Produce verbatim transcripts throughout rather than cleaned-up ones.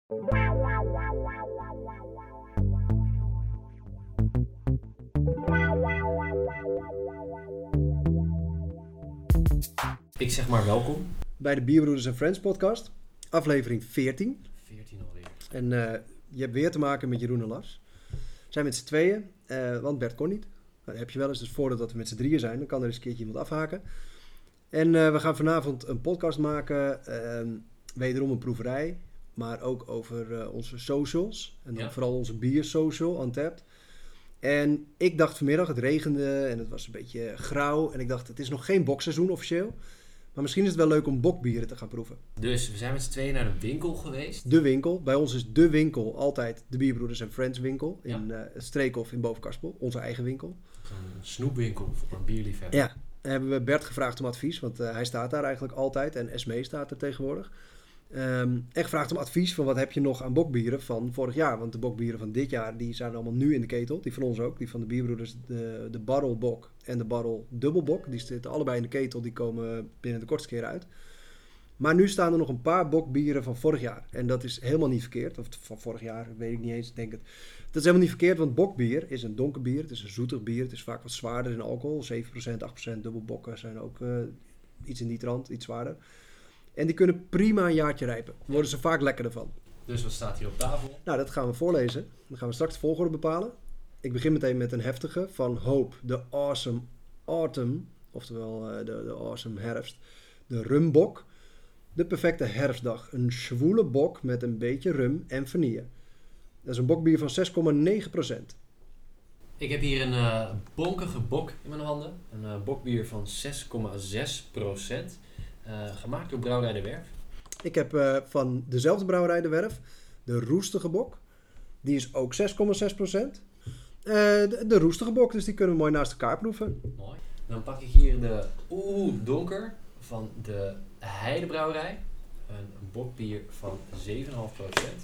Ik zeg maar welkom. Bij de Bierbroeders en Friends podcast, aflevering veertien. veertien alweer. En uh, je hebt weer te maken met Jeroen en Lars. We zijn met z'n tweeën, uh, want Bert kon niet. Dat heb je wel eens, dus voordat we met z'n drieën zijn, dan kan er eens een keertje iemand afhaken. En uh, we gaan vanavond een podcast maken, uh, wederom een proeverij, maar ook over uh, onze socials. En dan ja. vooral onze biersocial, Untapped. En ik dacht vanmiddag, het regende en het was een beetje grauw. En ik dacht, het is nog geen bokseizoen officieel. Maar misschien is het wel leuk om bokbieren te gaan proeven. Dus we zijn met z'n tweeën naar de winkel geweest. De winkel. Bij ons is de winkel altijd de Bierbroeders en Friends winkel. In ja. uh, het Streekhof in Bovenkarspel. Onze eigen winkel. Een snoepwinkel voor een bierliefhebber. Ja. Dan hebben we Bert gevraagd om advies. Want uh, hij staat daar eigenlijk altijd. En Esmee staat er tegenwoordig. Um, en gevraagd om advies van wat heb je nog aan bokbieren van vorig jaar. Want de bokbieren van dit jaar die zijn allemaal nu in de ketel. Die van ons ook. Die van de Bierbroeders, de, de barrelbok en de barrel dubbelbok. Die zitten allebei in de ketel. Die komen binnen de kortste keer uit. Maar nu staan er nog een paar bokbieren van vorig jaar. En dat is helemaal niet verkeerd. Of van vorig jaar, weet ik niet eens. Ik denk het. Dat is helemaal niet verkeerd, want bokbier is een donker bier. Het is een zoetig bier. Het is vaak wat zwaarder in alcohol. zeven procent, acht procent dubbelbokken zijn ook uh, iets in die trant, iets zwaarder. En die kunnen prima een jaartje rijpen. Daar worden ze vaak lekkerder van. Dus wat staat hier op tafel? Nou, dat gaan we voorlezen. Dan gaan we straks de volgorde bepalen. Ik begin meteen met een heftige van Hope, de Awesome Autumn. Oftewel uh, de, de Awesome Herfst. De rumbok. De perfecte herfstdag. Een zwoele bok met een beetje rum en vanille. Dat is een bokbier van zes komma negen procent. Ik heb hier een uh, bonkige bok in mijn handen. Een uh, bokbier van zes komma zes procent. Uh, gemaakt door Brouwerij de Werf. Ik heb uh, van dezelfde Brouwerij de Werf de roestige bok. Die is ook zes komma zes procent. Uh, de, de roestige bok, dus die kunnen we mooi naast elkaar proeven. Mooi. Dan pak ik hier de Oeh Donker van de Heidebrouwerij. Een bokbier van zeven komma vijf procent.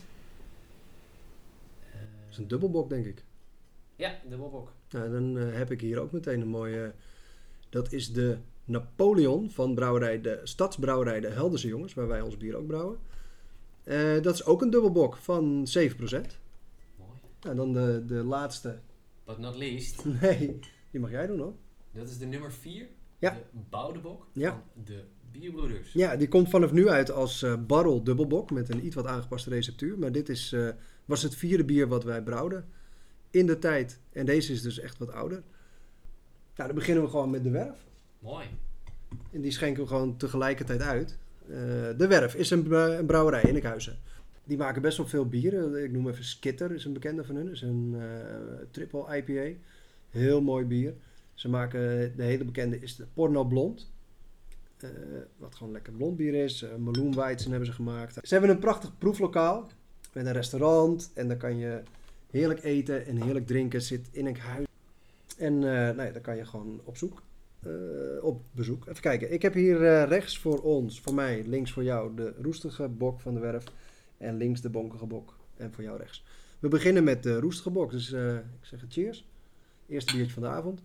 Uh, dat is een dubbelbok, denk ik. Ja, dubbelbok. Nou, dan uh, heb ik hier ook meteen een mooie... Dat is de Napoleon van brouwerij de Stadsbrouwerij de Helderse Jongens, waar wij ons bier ook brouwen. Uh, dat is ook een dubbelbok van zeven procent. Mooi. En dan de, de laatste. But not least. Nee, die mag jij doen hoor. Dat is de nummer vier. Ja. De Boudebok ja. van de Bierbroeders. Ja, die komt vanaf nu uit als uh, barrel dubbelbok met een iets wat aangepaste receptuur. Maar dit is, uh, was het vierde bier wat wij brouwden in de tijd. En deze is dus echt wat ouder. Nou, dan beginnen we gewoon met de Werf. Mooi. En die schenken we gewoon tegelijkertijd uit. Uh, de Werf is een, een brouwerij in Enkhuizen. Die maken best wel veel bieren. Ik noem even Skitter, is een bekende van hun. Dat is een uh, triple I P A. Heel mooi bier. Ze maken, de hele bekende is de Porno Blond. Uh, wat gewoon lekker blond bier is. Uh, Meloenweizen hebben ze gemaakt. Ze hebben een prachtig proeflokaal. Met een restaurant. En daar kan je heerlijk eten en heerlijk drinken. Zit in Enkhuizen. En uh, nou ja, daar kan je gewoon op zoek. Uh, op bezoek. Even kijken. Ik heb hier uh, rechts voor ons, voor mij, links voor jou, de roestige bok van de Werf. En links de bonkige bok. En voor jou rechts. We beginnen met de roestige bok. Dus uh, ik zeg het cheers. Eerste biertje van de avond.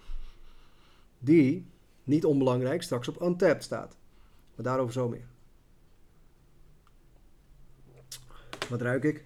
Die, niet onbelangrijk, straks op Untapped staat. Maar daarover zo meer. Wat ruik ik?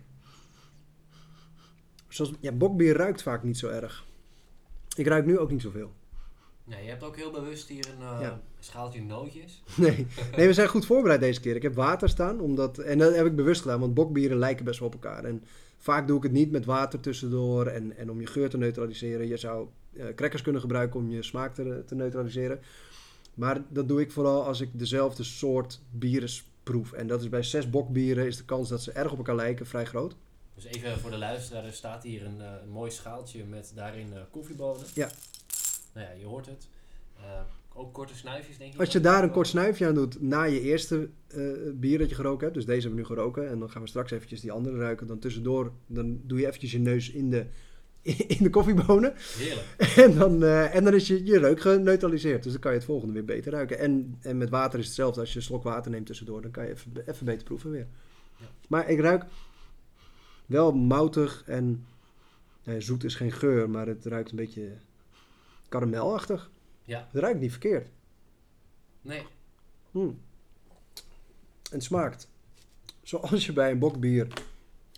Zoals, ja, bokbier ruikt vaak niet zo erg. Ik ruik nu ook niet zoveel. Nee, je hebt ook heel bewust hier een uh, ja. schaaltje nootjes. Nee. nee, we zijn goed voorbereid deze keer. Ik heb water staan, omdat, en dat heb ik bewust gedaan, want bokbieren lijken best wel op elkaar. En vaak doe ik het niet met water tussendoor en, en om je geur te neutraliseren. Je zou uh, crackers kunnen gebruiken om je smaak te, te neutraliseren. Maar dat doe ik vooral als ik dezelfde soort bieren proef. En dat is bij zes bokbieren is de kans dat ze erg op elkaar lijken vrij groot. Dus even voor de luisteraar, er staat hier een, uh, een mooi schaaltje met daarin uh, koffiebonen. Ja. Nou ja, je hoort het. Uh, ook korte snuifjes, denk ik. Als je daar een kort snuifje aan doet na je eerste uh, bier dat je geroken hebt. Dus deze hebben we nu geroken. En dan gaan we straks eventjes die andere ruiken. Dan tussendoor, dan doe je eventjes je neus in de, in de koffiebonen. Heerlijk. En dan, uh, en dan is je, je reuk geneutraliseerd. Dus dan kan je het volgende weer beter ruiken. En, en met water is hetzelfde. Als je een slok water neemt tussendoor, dan kan je even, even beter proeven weer. Ja. Maar ik ruik wel moutig en nou, zoet is geen geur, maar het ruikt een beetje karamelachtig. Ja. Het ruikt niet verkeerd. Nee. Hmm. En het smaakt zoals je bij een bokbier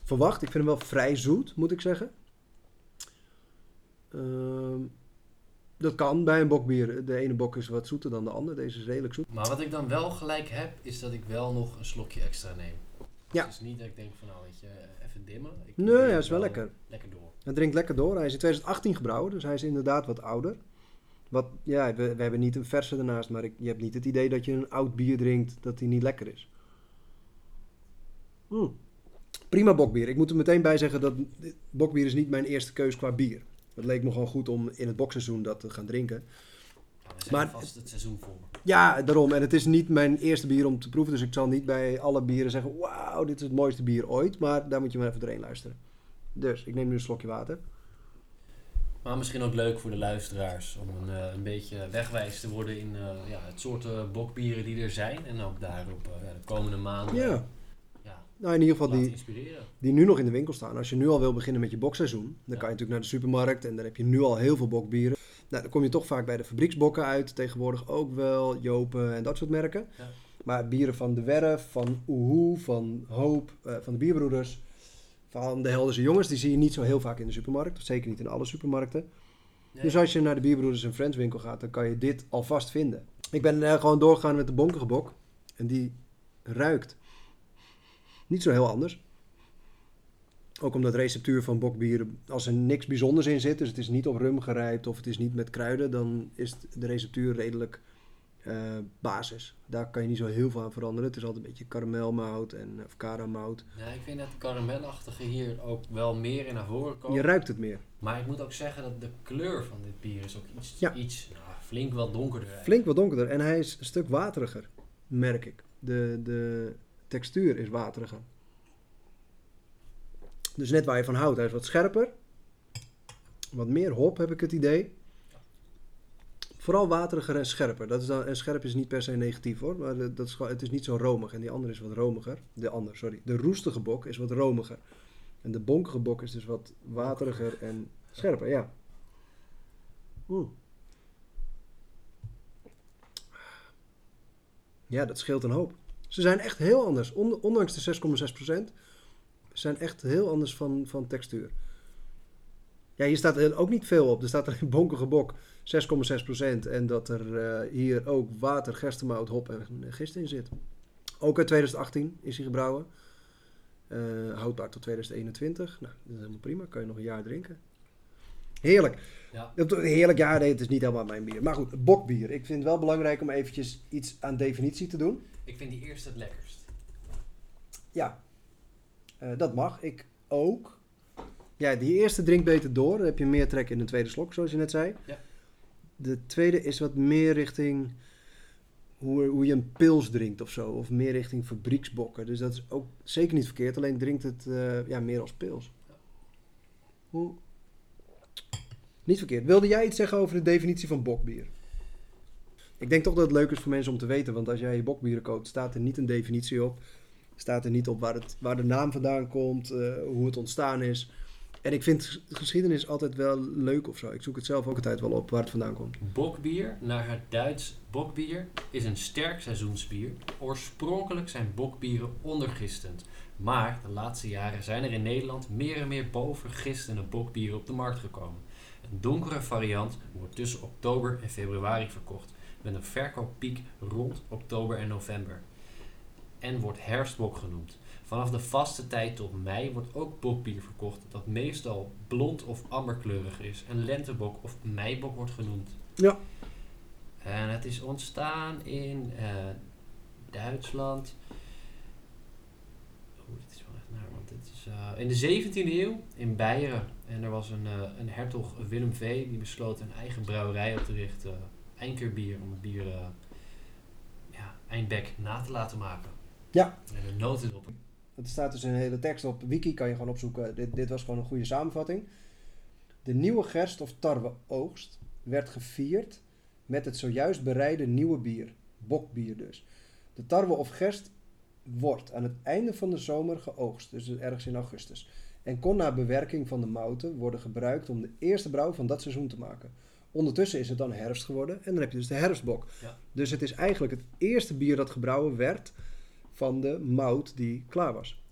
verwacht. Ik vind hem wel vrij zoet, moet ik zeggen. Uh, dat kan bij een bokbier. De ene bok is wat zoeter dan de andere. Deze is redelijk zoet. Maar wat ik dan wel gelijk heb, is dat ik wel nog een slokje extra neem. Ja. Dus het is niet dat ik denk van nou weet je, even dimmen. Ik nee, hij is wel lekker. Lekker door. Hij drinkt lekker door. Hij is in twintig achttien gebrouwen, dus hij is inderdaad wat ouder. Wat, ja, we, we hebben niet een verse ernaast, maar ik, je hebt niet het idee dat je een oud bier drinkt dat hij niet lekker is. Mm. Prima bokbier. Ik moet er meteen bij zeggen dat bokbier is niet mijn eerste keus qua bier. Het leek me gewoon goed om in het bokseizoen dat te gaan drinken. Ja, we zijn maar vast het seizoen voor. Ja, daarom. En het is niet mijn eerste bier om te proeven, dus ik zal niet bij alle bieren zeggen, wauw, dit is het mooiste bier ooit. Maar daar moet je maar even doorheen luisteren. Dus, ik neem nu een slokje water. Maar misschien ook leuk voor de luisteraars om een, uh, een beetje wegwijs te worden in uh, ja, het soort uh, bokbieren die er zijn. En ook daarop uh, de komende maanden ja. ja, nou, in ieder geval die, inspireren. Die nu nog in de winkel staan. Als je nu al wil beginnen met je bokseizoen, dan ja. kan je natuurlijk naar de supermarkt en dan heb je nu al heel veel bokbieren. Nou, dan kom je toch vaak bij de fabrieksbokken uit. Tegenwoordig ook wel, Jopen en dat soort merken. Ja. Maar bieren van De Werf, van Oehoe, van Hoop, uh, van de Bierbroeders, van de Helderse Jongens, die zie je niet zo heel vaak in de supermarkt. Zeker niet in alle supermarkten. Nee. Dus als je naar de Bierbroeders en Friends winkel gaat, dan kan je dit alvast vinden. Ik ben uh, gewoon doorgegaan met de bonkige bok. En die ruikt niet zo heel anders. Ook omdat de receptuur van bokbieren, als er niks bijzonders in zit, dus het is niet op rum gerijpt of het is niet met kruiden, dan is de receptuur redelijk uh, basis. Daar kan je niet zo heel veel aan veranderen. Het is altijd een beetje karamelmout en of karamout. Ja, ik vind dat het karamelachtige hier ook wel meer in naar voren komt. Je ruikt het meer. Maar ik moet ook zeggen dat de kleur van dit bier is ook iets, ja. iets nou, flink wat donkerder. Flink wat donkerder en hij is een stuk wateriger, merk ik. De, de textuur is wateriger. Dus net waar je van houdt. Hij is wat scherper. Wat meer hop heb ik het idee. Vooral wateriger en scherper. Dat is dan, en scherp is niet per se negatief hoor. Maar dat is, het is niet zo romig. En die andere is wat romiger. De andere, sorry. De roestige bok is wat romiger. En de bonkige bok is dus wat wateriger en scherper. Ja. Mm. Ja, dat scheelt een hoop. Ze zijn echt heel anders. Ondanks de zes komma zes procent. Zijn echt heel anders van, van textuur. Ja, hier staat er ook niet veel op. Er staat er in bonkige bok zes komma zes procent. En dat er uh, hier ook water, gerstemout, hop en gist in zit. Ook uit twintig achttien is hij gebrouwen. Uh, houdbaar tot twintig eenentwintig. Nou, dat is helemaal prima. Kan je nog een jaar drinken. Heerlijk. Ja. Heerlijk, ja, nee, het is niet helemaal mijn bier. Maar goed, bokbier. Ik vind het wel belangrijk om eventjes iets aan definitie te doen. Ik vind die eerste het lekkerst. Ja. Uh, dat mag. Ik ook. Ja, die eerste drinkt beter door. Dan heb je meer trek in de tweede slok, zoals je net zei. Ja. De tweede is wat meer richting hoe, hoe je een pils drinkt of zo. Of meer richting fabrieksbokken. Dus dat is ook zeker niet verkeerd. Alleen drinkt het uh, ja, meer als pils. Ja. Hoe? Niet verkeerd. Wilde jij iets zeggen over de definitie van bokbier? Ik denk toch dat het leuk is voor mensen om te weten. Want als jij je bokbieren koopt, staat er niet een definitie op. Staat er niet op waar, het, waar de naam vandaan komt, uh, hoe het ontstaan is. En ik vind geschiedenis altijd wel leuk of zo. Ik zoek het zelf ook altijd wel op waar het vandaan komt. Bokbier, naar het Duits bokbier, is een sterk seizoensbier. Oorspronkelijk zijn bokbieren ondergistend. Maar de laatste jaren zijn er in Nederland meer en meer bovengistende bokbieren op de markt gekomen. Een donkere variant wordt tussen oktober en februari verkocht. Met een verkooppiek rond oktober en november. En wordt herfstbok genoemd. Vanaf de vaste tijd tot mei wordt ook bokbier verkocht dat meestal blond of amberkleurig is. En lentebok of meibok wordt genoemd. Ja. En het is ontstaan in uh, Duitsland. Oeh, dit is wel echt naar, want dit is uh, in de zeventiende eeuw in Beieren. En er was een, uh, een hertog Willem de Eerste die besloot een eigen brouwerij op te richten. Eindkeerbier, om het bier uh, ja, Eindbeck na te laten maken. Ja. En de noten erop. Er staat dus een hele tekst op wiki, kan je gewoon opzoeken. Dit, dit was gewoon een goede samenvatting. De nieuwe gerst of tarweoogst werd gevierd met het zojuist bereide nieuwe bier. Bokbier dus. De tarwe of gerst wordt aan het einde van de zomer geoogst, dus ergens in augustus. En kon na bewerking van de mouten worden gebruikt om de eerste brouw van dat seizoen te maken. Ondertussen is het dan herfst geworden en dan heb je dus de herfstbok. Ja. Dus het is eigenlijk het eerste bier dat gebrouwen werd van de mout die klaar was. Ja.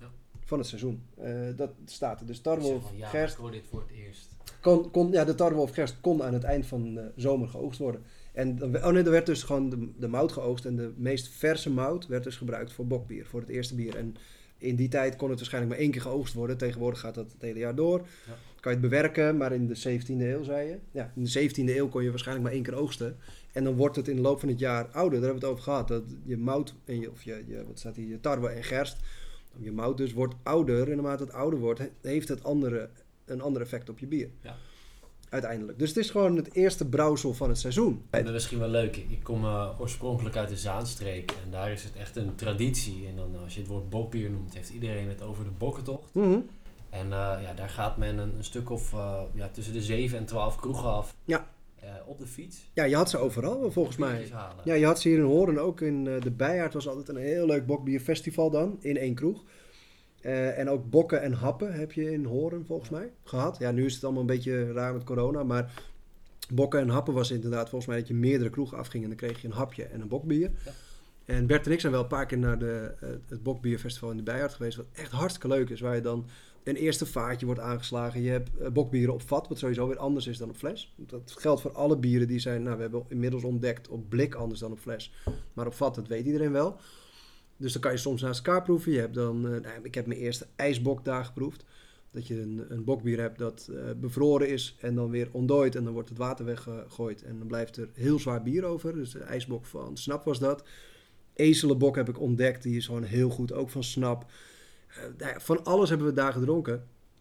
van het seizoen. Uh, dat staat er. Dus Ik tarwe zeg of van, ja, gerst... ik hoor dit voor het eerst. Kon, kon, ja, de tarwe of gerst kon aan het eind van de zomer geoogst worden. En dan, oh nee, er werd dus gewoon de, de mout geoogst. En de meest verse mout werd dus gebruikt voor bokbier. Voor het eerste bier. En in die tijd kon het waarschijnlijk maar één keer geoogst worden. Tegenwoordig gaat dat het hele jaar door. Ja. Kan je het bewerken, maar in de zeventiende eeuw, zei je. Ja, in de zeventiende eeuw kon je waarschijnlijk maar één keer oogsten. En dan wordt het in de loop van het jaar ouder. Daar hebben we het over gehad. Dat je mout, en je, of je, je, wat staat hier, je tarwe en gerst. Je mout dus wordt ouder. En naarmate het ouder wordt, heeft het andere, een ander effect op je bier. Ja. Uiteindelijk. Dus het is gewoon het eerste brouwsel van het seizoen. Dat is misschien wel leuk. Ik kom uh, oorspronkelijk uit de Zaanstreek. En daar is het echt een traditie. En dan als je het woord bokbier noemt, heeft iedereen het over de bokkentocht. Mm-hmm. En uh, ja, daar gaat men een, een stuk of uh, ja, tussen de zeven en twaalf kroegen af. Ja. Uh, op de fiets. Ja, je had ze overal volgens mij. Halen. Ja, je had ze hier in Hoorn ook. In uh, de Bijaard was altijd een heel leuk bokbierfestival dan. In één kroeg. Uh, en ook bokken en happen heb je in Hoorn volgens mij gehad. Ja, nu is het allemaal een beetje raar met corona. Maar bokken en happen was inderdaad volgens mij dat je meerdere kroegen afging. En dan kreeg je een hapje en een bokbier. Ja. En Bert en ik zijn wel een paar keer naar de, uh, het bokbierfestival in de Bijaard geweest. Wat echt hartstikke leuk is. Waar je dan een eerste vaatje wordt aangeslagen. Je hebt uh, bokbieren op vat. Wat sowieso weer anders is dan op fles. Dat geldt voor alle bieren die zijn, nou we hebben inmiddels ontdekt, op blik anders dan op fles. Maar op vat, dat weet iedereen wel. Dus dan kan je soms naast elkaar proeven. Je hebt dan, uh, nou, ik heb mijn eerste ijsbok daar geproefd. Dat je een, een bokbier hebt dat uh, bevroren is en dan weer ontdooit. En dan wordt het water weggegooid. En dan blijft er heel zwaar bier over. Dus de ijsbok van Snap was dat. Ezelenbok heb ik ontdekt. Die is gewoon heel goed, ook van Snap. Uh, nou ja, van alles hebben we daar gedronken.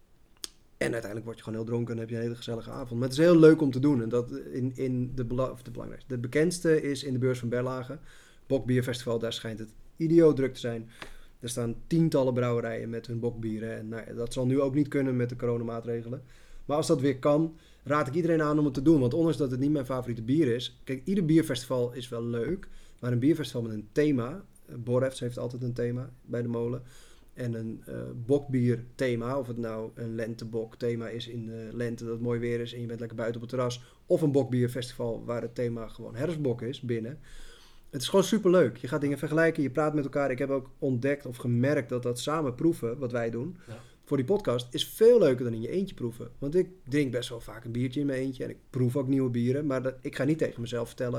En uiteindelijk word je gewoon heel dronken en heb je een hele gezellige avond. Maar het is heel leuk om te doen. En dat in, in de, bela- of de belangrijkste. De bekendste is in de beurs van Berlage. Bokbierfestival, daar schijnt het idioot druk te zijn. Er staan tientallen brouwerijen met hun bokbieren. En nou, dat zal nu ook niet kunnen met de coronamaatregelen. Maar als dat weer kan, raad ik iedereen aan om het te doen. Want ondanks dat het niet mijn favoriete bier is. Kijk, ieder bierfestival is wel leuk. Maar een bierfestival met een thema. Borefs heeft altijd een thema bij de molen. En een uh, bokbierthema. Of het nou een lentebok thema is in de lente dat het mooi weer is. En je bent lekker buiten op het terras. Of een bokbierfestival waar het thema gewoon herfstbok is binnen. Het is gewoon superleuk. Je gaat dingen vergelijken, je praat met elkaar. Ik heb ook ontdekt of gemerkt dat dat samen proeven, wat wij doen, ja. voor die podcast, is veel leuker dan in je eentje proeven. Want ik drink best wel vaak een biertje in mijn eentje en ik proef ook nieuwe bieren. Maar dat, ik ga niet tegen mezelf vertellen,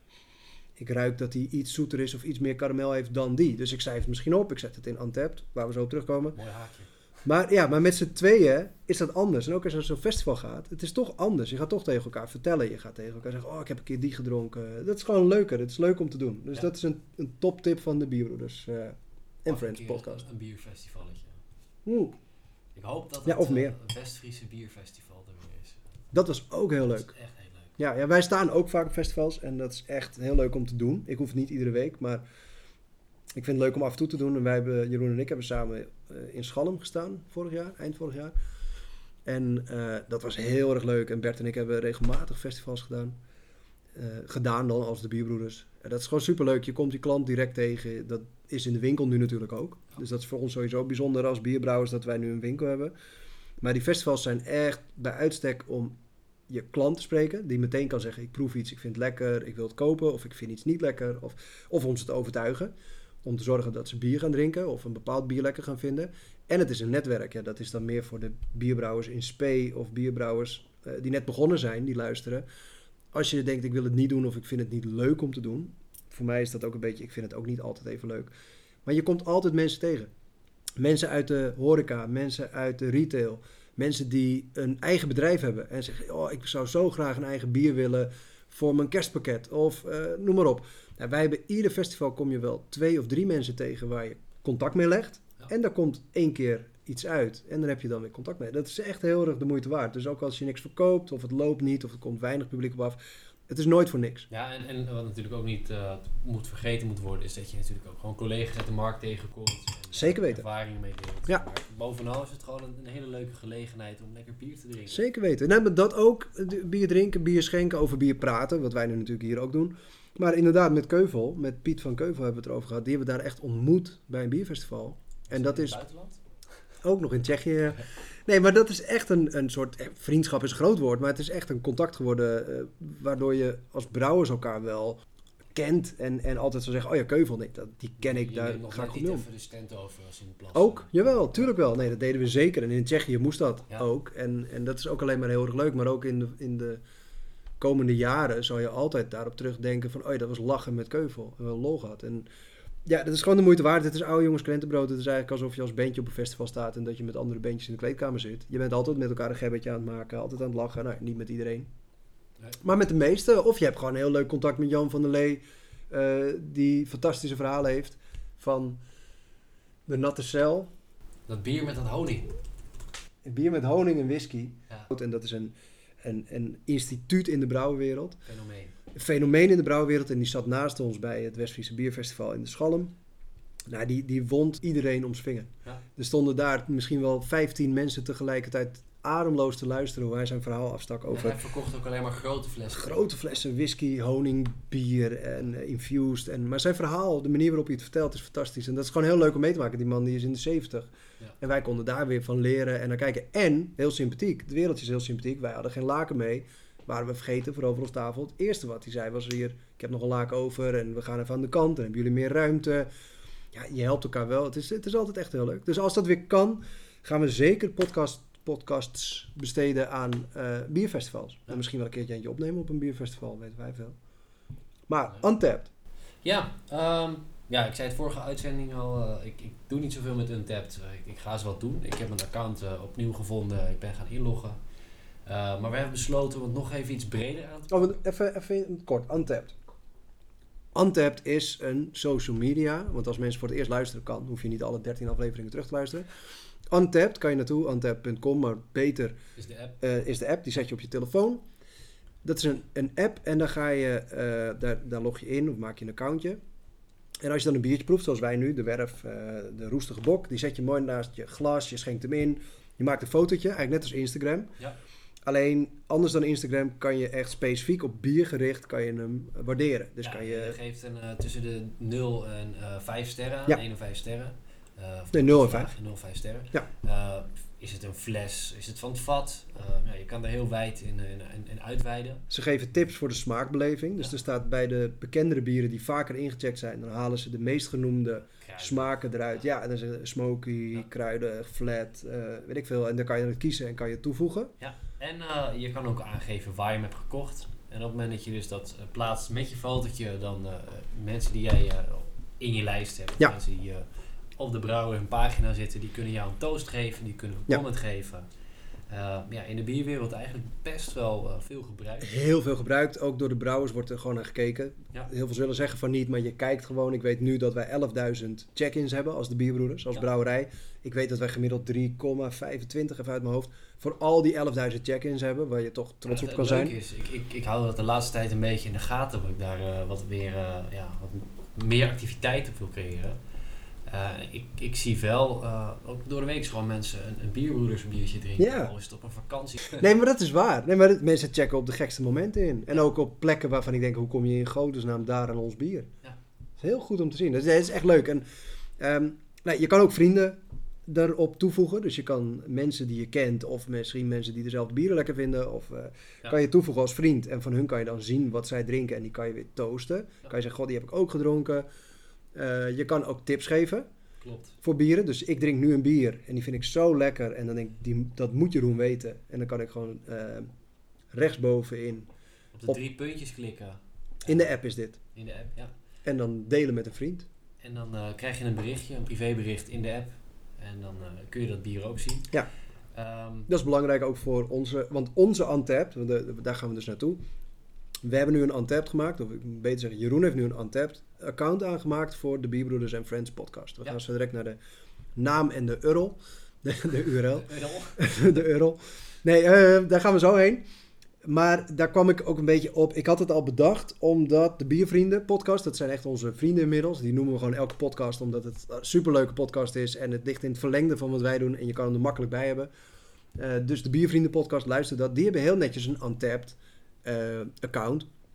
ik ruik dat die iets zoeter is of iets meer karamel heeft dan die. Dus ik schrijf het misschien op, ik zet het in Untapped, waar we zo op terugkomen. Mooi haakje. Maar ja, maar met z'n tweeën is dat anders. En ook als je naar zo'n festival gaat, het is toch anders. Je gaat toch tegen elkaar vertellen. Je gaat tegen elkaar zeggen, oh, ik heb een keer die gedronken. Dat is gewoon leuker. Het is leuk om te doen. Dus ja. dat is een, een toptip van de Bierbroeders uh, en Friends podcast. Een, een bierfestivalletje. Oeh. Ik hoop dat het ja, of meer. Uh, West-Friese bierfestival er weer is. Dat was ook heel leuk. Dat is echt heel leuk. Ja, ja, wij staan ook vaak op festivals en dat is echt heel leuk om te doen. Ik hoef het niet iedere week, maar ik vind het leuk om af en toe te doen. En wij hebben, Jeroen en ik hebben samen uh, in Schalm gestaan vorig jaar, eind vorig jaar. En uh, dat was heel erg leuk. En Bert en ik hebben regelmatig festivals gedaan. Uh, gedaan dan als de Bierbroeders. En dat is gewoon superleuk. Je komt die klant direct tegen. Dat is in de winkel nu natuurlijk ook. Dus dat is voor ons sowieso bijzonder als bierbrouwers dat wij nu een winkel hebben. Maar die festivals zijn echt bij uitstek om je klant te spreken. Die meteen kan zeggen, ik proef iets, ik vind het lekker, ik wil het kopen. Of ik vind iets niet lekker. Of, of om ze te overtuigen. Om te zorgen dat ze bier gaan drinken of een bepaald bier lekker gaan vinden. En het is een netwerk. Ja, dat is dan meer voor de bierbrouwers in spe of bierbrouwers uh, die net begonnen zijn, die luisteren. Als je denkt, ik wil het niet doen of ik vind het niet leuk om te doen. Voor mij is dat ook een beetje, ik vind het ook niet altijd even leuk. Maar je komt altijd mensen tegen. Mensen uit de horeca, mensen uit de retail. Mensen die een eigen bedrijf hebben. En zeggen, oh, ik zou zo graag een eigen bier willen voor mijn kerstpakket. Of uh, noem maar op. Nou, wij hebben ieder festival kom je wel twee of drie mensen tegen waar je contact mee legt. Ja. En daar komt één keer iets uit. En dan heb je dan weer contact mee. Dat is echt heel erg de moeite waard. Dus ook als je niks verkoopt of het loopt niet of er komt weinig publiek op af. Het is nooit voor niks. Ja, en, en wat natuurlijk ook niet uh, moet vergeten moet worden, is dat je natuurlijk ook gewoon collega's uit de markt tegenkomt. En Zeker weten. Ervaringen mee deelt. Ja. Maar bovenal is het gewoon een, een hele leuke gelegenheid om lekker bier te drinken. Zeker weten. Nou, maar dat ook, bier drinken, bier schenken, over bier praten. Wat wij nu natuurlijk hier ook doen. Maar inderdaad, met Keuvel, met Piet van Keuvel hebben we het erover gehad. Die hebben we daar echt ontmoet bij een bierfestival. En dat is... buitenland? Ook nog in Tsjechië. Nee, maar dat is echt een, een soort... Eh, vriendschap is een groot woord, maar het is echt een contact geworden. Uh, waardoor je als brouwers elkaar wel kent en, en altijd zou zeggen, oh ja, Keuvel, nee, dat, die ken ik, Je daar neemt nog ga ik net goed niet mee om. even de stand over als in de plas. Ook, jawel, tuurlijk wel. Nee, dat deden we zeker. En in Tsjechië moest dat Ja. ook. En, en dat is ook alleen maar heel erg leuk. Maar ook in de, in de komende jaren zal je altijd daarop terugdenken van, oh ja, dat was lachen met Keuvel. We hebben lol gehad. En ja, dat is gewoon de moeite waard. Het is oude jongens krentenbrood. Het is eigenlijk alsof je als bandje op een festival staat en dat je met andere bandjes in de kleedkamer zit. Je bent altijd met elkaar een gebbetje aan het maken, altijd aan het lachen. Nou, niet met iedereen. Nee. Maar met de meeste. Of je hebt gewoon heel leuk contact met Jan van der Lee, uh, die fantastische verhalen heeft van de natte cel. Dat bier met dat honing. Een bier met honing en whisky. Ja. En dat is een, een, een instituut in de brouwenwereld. Fenomeen. Een fenomeen in de brouwenwereld. En die zat naast ons bij het Westfriese Bierfestival in de Schalm. Nou, die, die wond iedereen om 's vinger. Ja. Er stonden daar misschien wel vijftien mensen tegelijkertijd ademloos te luisteren hoe hij zijn verhaal afstak Ja, over hij verkocht ook alleen maar grote flessen. grote flessen whisky, honing, bier en uh, infused. En, maar zijn verhaal, de manier waarop hij het vertelt, is fantastisch. En dat is gewoon heel leuk om mee te maken. Die man die is in de zeventig. Ja. En wij konden daar weer van leren en naar kijken. En, heel sympathiek, het wereldje is heel sympathiek. Wij hadden geen laken mee. Waren we vergeten voor over ons tafel. Het eerste wat hij zei was hier, ik heb nog een laken over en we gaan even aan de kant. En hebben jullie meer ruimte. Ja, je helpt elkaar wel. Het is, het is altijd echt heel leuk. Dus als dat weer kan, gaan we zeker podcast, podcasts besteden aan uh, bierfestivals. Ja. En misschien wel een keertje eentje opnemen op een bierfestival, weten wij veel. Maar, Untapped. Ja, um, ja, ik zei het vorige uitzending al, uh, ik, ik doe niet zoveel met Untapped. Uh, ik, ik ga eens wat doen. Ik heb mijn account uh, opnieuw gevonden. Ik ben gaan inloggen. Uh, maar we hebben besloten om het nog even iets breder aan te Oh, even, even kort, Untapped. Untapped is een social media, want als mensen voor het eerst luisteren kan, hoef je niet alle dertien afleveringen terug te luisteren. Untapped kan je naartoe, untapped punt com, maar beter is de app. uh, is de app, die zet je op je telefoon. Dat is een, een app en dan ga je, uh, daar, daar log je in of maak je een accountje. En als je dan een biertje proeft, zoals wij nu, de Werf, uh, de roestige bok, die zet je mooi naast je glas, je schenkt hem in, je maakt een fotootje, eigenlijk net als Instagram. Ja. Alleen, anders dan Instagram kan je echt specifiek op bier gericht kan je hem waarderen. Dus ja, kan je... je... geeft een, uh, tussen de nul en uh, vijf sterren, Ja. één en vijf sterren. Uh, Nee, nul en vijf. nul en vijf sterren. Ja. Uh, is het een fles? Is het van het vat? Uh, ja, je kan er heel wijd in, in, in, in uitweiden. Ze geven tips voor de smaakbeleving. Dus Ja. er staat bij de bekendere bieren die vaker ingecheckt zijn, dan halen ze de meest genoemde Kruiden. smaken eruit. Ja, en dan is het smoky, Ja. kruiden, flat, uh, weet ik veel. En dan kan je het kiezen en kan je het toevoegen. Ja, en uh, je kan ook aangeven waar je hem hebt gekocht. En op het moment dat je dus dat uh, plaatst met je fotootje, dan uh, mensen die jij uh, in je lijst hebt, Ja. mensen die uh, op de brouwer hun pagina zitten, die kunnen jou een toast geven, die kunnen een Ja. comment geven. Uh, ja, in de bierwereld eigenlijk best wel uh, veel gebruikt. Heel veel gebruikt. Ook door de brouwers wordt er gewoon naar gekeken. Ja. Heel veel zullen zeggen van niet, maar je kijkt gewoon. Ik weet nu dat wij elfduizend check-ins hebben als de bierbroeders, als Ja. brouwerij. Ik weet dat wij gemiddeld drie komma vijfentwintig, even uit mijn hoofd, voor al die elfduizend check-ins hebben, waar je toch trots Ja, op het kan leuke zijn. Is, ik, ik, ik hou dat de laatste tijd een beetje in de gaten, dat ik daar uh, wat, weer, uh, ja, wat meer activiteit op wil creëren. Uh, ik, ik zie wel, uh, ook door de week gewoon mensen een, een bierbroeders biertje drinken. Ja. Al is het op een vakantie. Nee, maar dat is waar. Nee, maar dat- mensen checken op de gekste momenten in. En ook op plekken waarvan ik denk, hoe kom je in godesnaam daar aan ons bier? Ja. Dat is heel goed om te zien. Dat is, dat is echt leuk. En um, nou, je kan ook vrienden daarop toevoegen. Dus je kan mensen die je kent, of misschien mensen die dezelfde bieren lekker vinden, of uh, Ja. kan je toevoegen als vriend. En van hun kan je dan zien wat zij drinken en die kan je weer toasten. Ja. Kan je zeggen, god, die heb ik ook gedronken. Uh, je kan ook tips geven Klopt. voor bieren. Dus ik drink nu een bier en die vind ik zo lekker. En dan denk ik, die, dat moet Jeroen weten. En dan kan ik gewoon uh, rechtsbovenin. Op de Op- drie puntjes klikken. In de app is dit. In de app, ja. En dan delen met een vriend. En dan uh, krijg je een berichtje, een privébericht in de app. En dan uh, kun je dat bier ook zien. Ja. Um, Dat is belangrijk ook voor onze... Want onze Untapped, want de- de- daar gaan we dus naartoe. We hebben nu een Untapped gemaa of ik moet beter zeggen, Jeroen heeft nu een Untapped account aangemaakt voor de Bierbroeders en Friends podcast. We Ja. gaan zo direct naar de naam en de U R L. De, de U R L. uh, de U R L. Nee, uh, daar gaan we zo heen. Maar daar kwam ik ook een beetje op. Ik had het al bedacht, omdat de Biervrienden podcast, dat zijn echt onze vrienden inmiddels. Die noemen we gewoon elke podcast, omdat het een superleuke podcast is. En het ligt in het verlengde van wat wij doen. En je kan hem er makkelijk bij hebben. Uh, dus de Biervrienden podcast, luister dat. Die hebben heel netjes een Untapped uh, account.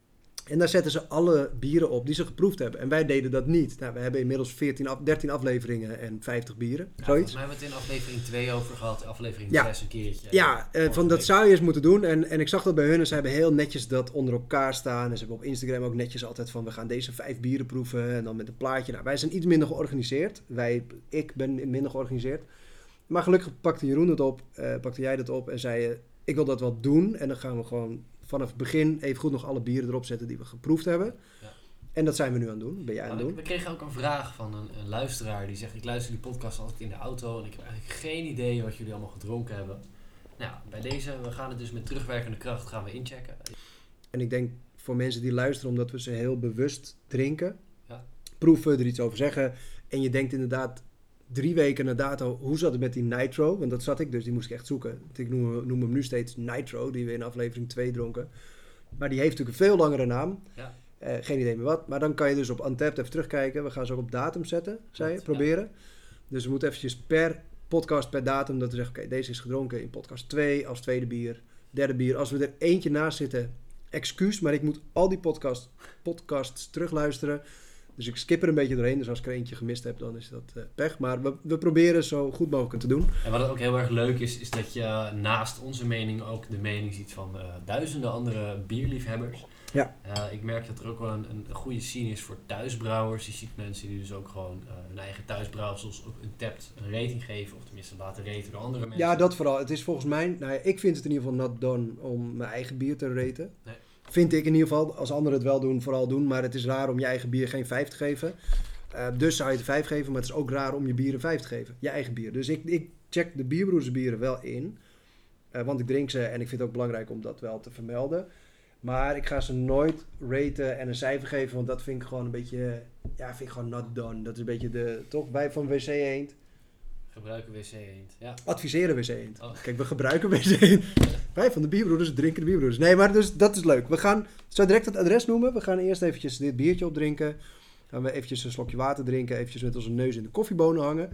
En daar zetten ze alle bieren op die ze geproefd hebben. En wij deden dat niet. Nou, we hebben inmiddels veertien, dertien afleveringen en vijftig bieren. Ja, zoiets. volgens mij hebben we het in aflevering twee over gehad. Aflevering Ja. zes een keertje. Ja, uh, van dat zou je eens moeten doen. En, en ik zag dat bij hun. En ze hebben heel netjes dat onder elkaar staan. En ze hebben op Instagram ook netjes altijd van... we gaan deze vijf bieren proeven. En dan met een plaatje. Nou, wij zijn iets minder georganiseerd. Wij, ik ben minder georganiseerd. Maar gelukkig pakte Jeroen het op. Uh, pakte jij dat op. En zei je... ik wil dat wel doen. En dan gaan we gewoon vanaf het begin... even goed nog alle bieren erop zetten die we geproefd hebben. Ja. En dat zijn we nu aan het doen. Ben jij aan het doen? We kregen ook een vraag van een, een luisteraar die zegt... ik luister die podcast altijd in de auto en ik heb eigenlijk geen idee wat jullie allemaal gedronken hebben. Nou, bij deze, we gaan het dus met terugwerkende kracht gaan we inchecken. En ik denk voor mensen die luisteren omdat we ze heel bewust drinken... Ja. proeven, er iets over zeggen... en je denkt inderdaad drie weken na dato... hoe zat het met die Nitro? Want dat zat ik dus, die moest ik echt zoeken. Ik noem, noem hem nu steeds Nitro, die we in aflevering twee dronken. Maar die heeft natuurlijk een veel langere naam... Ja. Uh, geen idee meer wat. Maar dan kan je dus op Untappd even terugkijken. We gaan ze ook op datum zetten, zei je, proberen. Ja. Dus we moeten eventjes per podcast, per datum... dat we zeggen, oké, okay, deze is gedronken in podcast twee... als tweede bier, derde bier. Als we er eentje naast zitten, excuus... maar ik moet al die podcast, podcasts terugluisteren. Dus ik skip er een beetje doorheen. Dus als ik er eentje gemist heb, dan is dat uh, pech. Maar we, we proberen zo goed mogelijk te doen. En wat ook heel erg leuk is... is dat je naast onze mening ook de mening ziet... van uh, duizenden andere bierliefhebbers... Ja. Uh, ik merk dat er ook wel een, een goede scene is voor thuisbrouwers. Je ziet mensen die dus ook gewoon uh, hun eigen thuisbrouwsels ook Untappd een rating geven. Of tenminste laten raten door andere mensen. Ja, dat vooral. Het is volgens mij... Nou ja, ik vind het in ieder geval not done om mijn eigen bier te raten. Nee. Vind ik in ieder geval. Als anderen het wel doen, vooral doen. Maar het is raar om je eigen bier geen vijf te geven. Uh, dus zou je het vijf geven. Maar het is ook raar om je bier een vijf te geven. Je eigen bier. Dus ik, ik check de Bierbroedersbieren wel in. Uh, want ik drink ze en ik vind het ook belangrijk om dat wel te vermelden. Maar ik ga ze nooit raten en een cijfer geven, want dat vind ik gewoon een beetje, ja, vind ik gewoon not done. Dat is een beetje de, toch, wij van W C Eend. Gebruiken W C Eend, ja. Adviseren W C Eend. Oh. Kijk, we gebruiken W C Eend. Wij van de Bierbroeders drinken de Bierbroeders. Nee, maar dus, dat is leuk. We gaan zo direct het adres noemen. We gaan eerst eventjes dit biertje opdrinken. Dan gaan we eventjes een slokje water drinken, eventjes met onze neus in de koffiebonen hangen.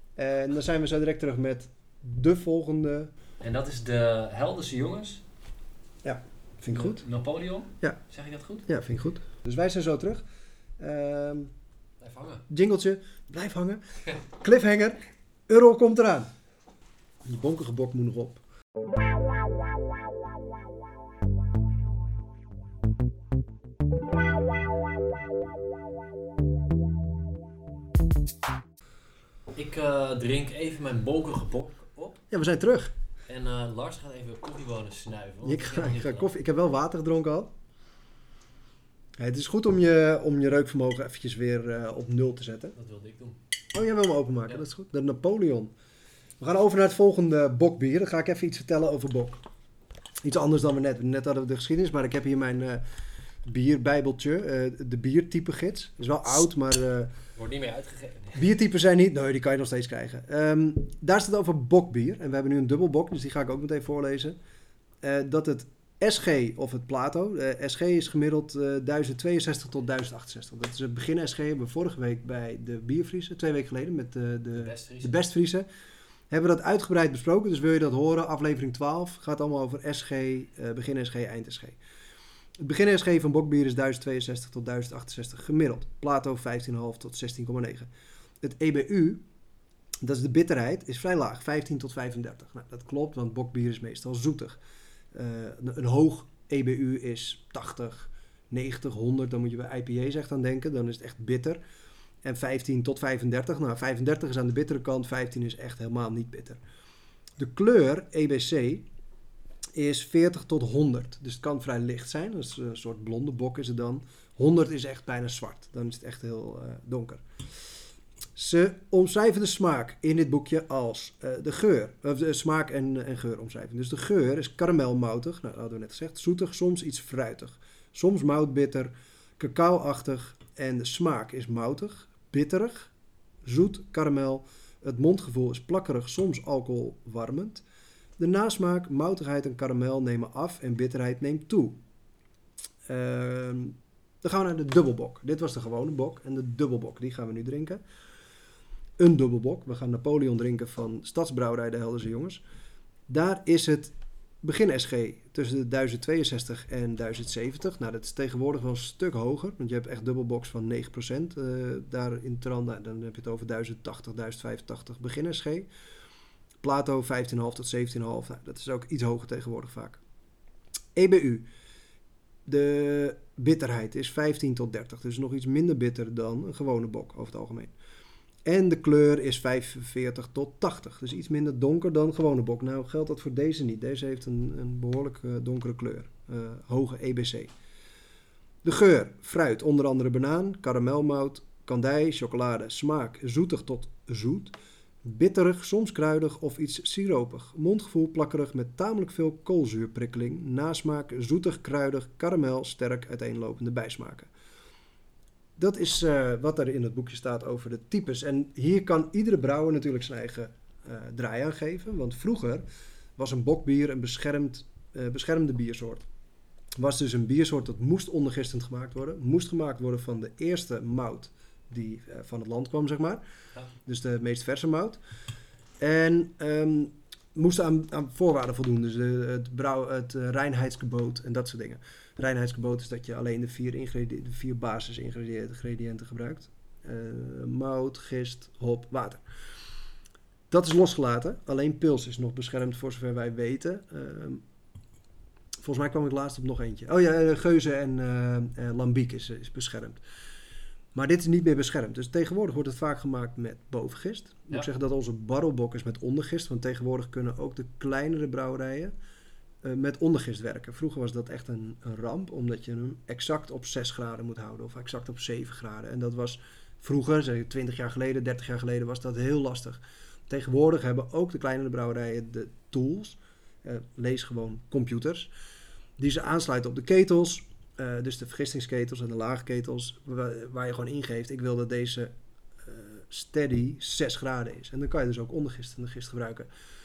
En dan zijn we zo direct terug met de volgende. En dat is de Helderse Jongens. Ja. Vind ik goed. Napoleon? Ja. Zeg ik dat goed? Ja, vind ik goed. Dus wij zijn zo terug. Um, blijf hangen. Jingletje, blijf hangen. Cliffhanger, Euro komt eraan. Die bonkige bok moet nog op. Ik uh, drink even mijn bonkige bok op. Ja, we zijn terug. En uh, Lars gaat even koffiebonen snuiven. Ik, ga, ik, ga koffie, ik heb wel water gedronken al. Ja, het is goed om je, om je reukvermogen eventjes weer uh, op nul te zetten. Dat wilde ik doen. Oh, jij wil hem openmaken, ja. Dat is goed. De Napoleon. We gaan over naar het volgende bokbier. Dan ga ik even iets vertellen over bok. Iets anders dan we net. Net hadden we de geschiedenis, maar ik heb hier mijn uh, bierbijbeltje. Uh, de biertypegids. Is wel oud, maar... Uh, Wordt niet meer uitgegeven. Nee. Biertypen zijn niet... Nee, die kan je nog steeds krijgen. Um, daar staat over bokbier. En we hebben nu een dubbel bok, dus die ga ik ook meteen voorlezen. Uh, dat het S G of het Plato. Uh, S G is gemiddeld uh, duizend tweeënzestig tot duizend achtenzestig. Dat is het begin S G. Hebben we vorige week bij de Biervriezen. Twee weken geleden met uh, de, de Bestvriezen. De Bestvriezen. Hebben we dat uitgebreid besproken. Dus wil je dat horen, aflevering twaalf. Gaat allemaal over S G, uh, begin S G, eind S G. Het begin S G van bokbier is duizend tweeënzestig tot duizend achtenzestig gemiddeld. Plato vijftien komma vijf tot zestien komma negen. Het E B U, dat is de bitterheid, is vrij laag. vijftien tot vijfendertig. Nou, dat klopt, want bokbier is meestal zoetig. Uh, een hoog E B U is tachtig, negentig, honderd. Dan moet je bij I P A's echt aan denken. Dan is het echt bitter. En vijftien tot vijfendertig. Nou, vijfendertig is aan de bittere kant. vijftien is echt helemaal niet bitter. De kleur E B C is veertig tot honderd. Dus het kan vrij licht zijn. Dus een soort blonde bok is het dan. honderd is echt bijna zwart. Dan is het echt heel uh, donker. Ze omschrijven de smaak in dit boekje als uh, de geur. Of de smaak en, en geur omschrijven. Dus de geur is karamelmoutig. Nou, dat hadden we net gezegd. Zoetig, soms iets fruitig. Soms moutbitter, cacao-achtig. En de smaak is moutig, bitterig, zoet, karamel. Het mondgevoel is plakkerig, soms alcoholwarmend. De nasmaak, moutigheid en karamel nemen af en bitterheid neemt toe. Uh, dan gaan we naar de dubbelbok. Dit was de gewone bok en de dubbelbok, die gaan we nu drinken. Een dubbelbok. We gaan Napoleon drinken van Stadsbrouwerij de Helderse Jongens. Daar is het Begin S G tussen de duizend tweeënzestig en duizend zeventig. Nou, dat is tegenwoordig wel een stuk hoger. Want je hebt echt dubbelbox van negen procent. Uh, daar in Tran, nou, dan heb je het over duizend tachtig, duizend vijfentachtig begin S G. Plato vijftien komma vijf tot zeventien komma vijf. Nou, dat is ook iets hoger tegenwoordig vaak. E B U. De bitterheid is vijftien tot dertig. Dus nog iets minder bitter dan een gewone bok over het algemeen. En de kleur is vijfenveertig tot tachtig. Dus iets minder donker dan gewone bok. Nou geldt dat voor deze niet. Deze heeft een, een behoorlijk uh, donkere kleur. Uh, hoge E B C. De geur. Fruit. Onder andere banaan, karamelmout, kandij, chocolade. Smaak. Zoetig tot zoet. Bitterig, soms kruidig of iets siropig. Mondgevoel plakkerig met tamelijk veel koolzuurprikkeling. Nasmaak. Zoetig, kruidig, karamel, sterk, uiteenlopende bijsmaken. Dat is uh, wat er in het boekje staat over de types. En hier kan iedere brouwer natuurlijk zijn eigen uh, draai aan geven. Want vroeger was een bokbier een beschermd, uh, beschermde biersoort. Was dus een biersoort dat moest ondergistend gemaakt worden. Moest gemaakt worden van de eerste mout die uh, van het land kwam, zeg maar. Ja. Dus de meest verse mout. En um, moesten aan, aan voorwaarden voldoen. Dus de, het, brouw, het uh, reinheidsgebod en dat soort dingen. Het reinheidsgebod is dat je alleen de vier, ingrediënten, de vier basisingrediënten gebruikt. Uh, mout, gist, hop, water. Dat is losgelaten. Alleen pils is nog beschermd voor zover wij weten. Uh, volgens mij kwam ik laatst op nog eentje. Oh ja, geuze en uh, uh, lambiek is, is beschermd. Maar dit is niet meer beschermd. Dus tegenwoordig wordt het vaak gemaakt met bovengist. Ik moet ja. zeggen dat onze barrelbok is met ondergist. Want tegenwoordig kunnen ook de kleinere brouwerijen uh, met ondergist werken. Vroeger was dat echt een, een ramp. Omdat je hem exact op zes graden moet houden. Of exact op zeven graden. En dat was vroeger, zeg twintig jaar geleden, dertig jaar geleden, was dat heel lastig. Tegenwoordig hebben ook de kleinere brouwerijen de tools. Uh, lees gewoon computers. Die ze aansluiten op de ketels. Uh, dus de vergistingsketels en de laagketels, waar, waar je gewoon ingeeft, ik wil dat deze uh, steady zes graden is. En dan kan je dus ook ondergist en de gist gebruiken.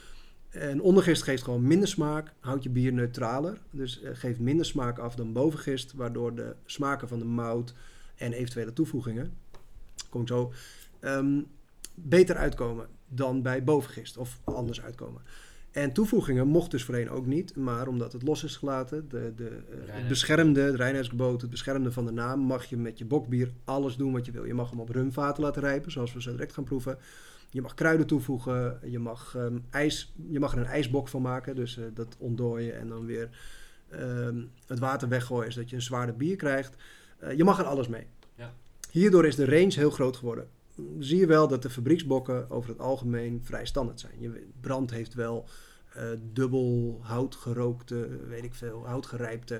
En ondergist geeft gewoon minder smaak, houdt je bier neutraler. Dus uh, geeft minder smaak af dan bovengist, waardoor de smaken van de mout en eventuele toevoegingen, komt zo, um, beter uitkomen dan bij bovengist of anders uitkomen. En toevoegingen mocht dus voorheen ook niet, maar omdat het los is gelaten, de, de, uh, het beschermde, het reinheidsgebod, het beschermde van de naam, mag je met je bokbier alles doen wat je wil. Je mag hem op rumvaten laten rijpen, zoals we zo direct gaan proeven. Je mag kruiden toevoegen, je mag, um, ijs, je mag er een ijsbok van maken, dus uh, dat ontdooien en dan weer um, het water weggooien, zodat je een zwaarder bier krijgt. Uh, je mag er alles mee. Ja. Hierdoor is de range heel groot geworden. Zie je wel dat de fabrieksbokken over het algemeen vrij standaard zijn. Je, brand heeft wel uh, dubbel houtgerookte, weet ik veel, houtgerijpte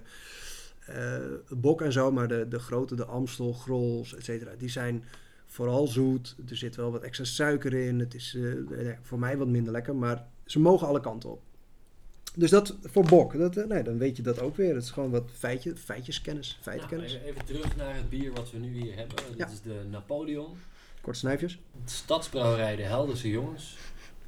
uh, bok en zo. Maar de, de grote, de Amstel, Grols, et cetera, die zijn vooral zoet. Er zit wel wat extra suiker in. Het is uh, voor mij wat minder lekker, maar ze mogen alle kanten op. Dus dat voor bok, dat, uh, nee, dan weet je dat ook weer. Het is gewoon wat feitje, feitjeskennis, feitenkennis. Nou, even, even terug naar het bier wat we nu hier hebben. Dat ja. is de Napoleon. Korte snijfjes. Stadsbrouwerij De Helderse Jongens.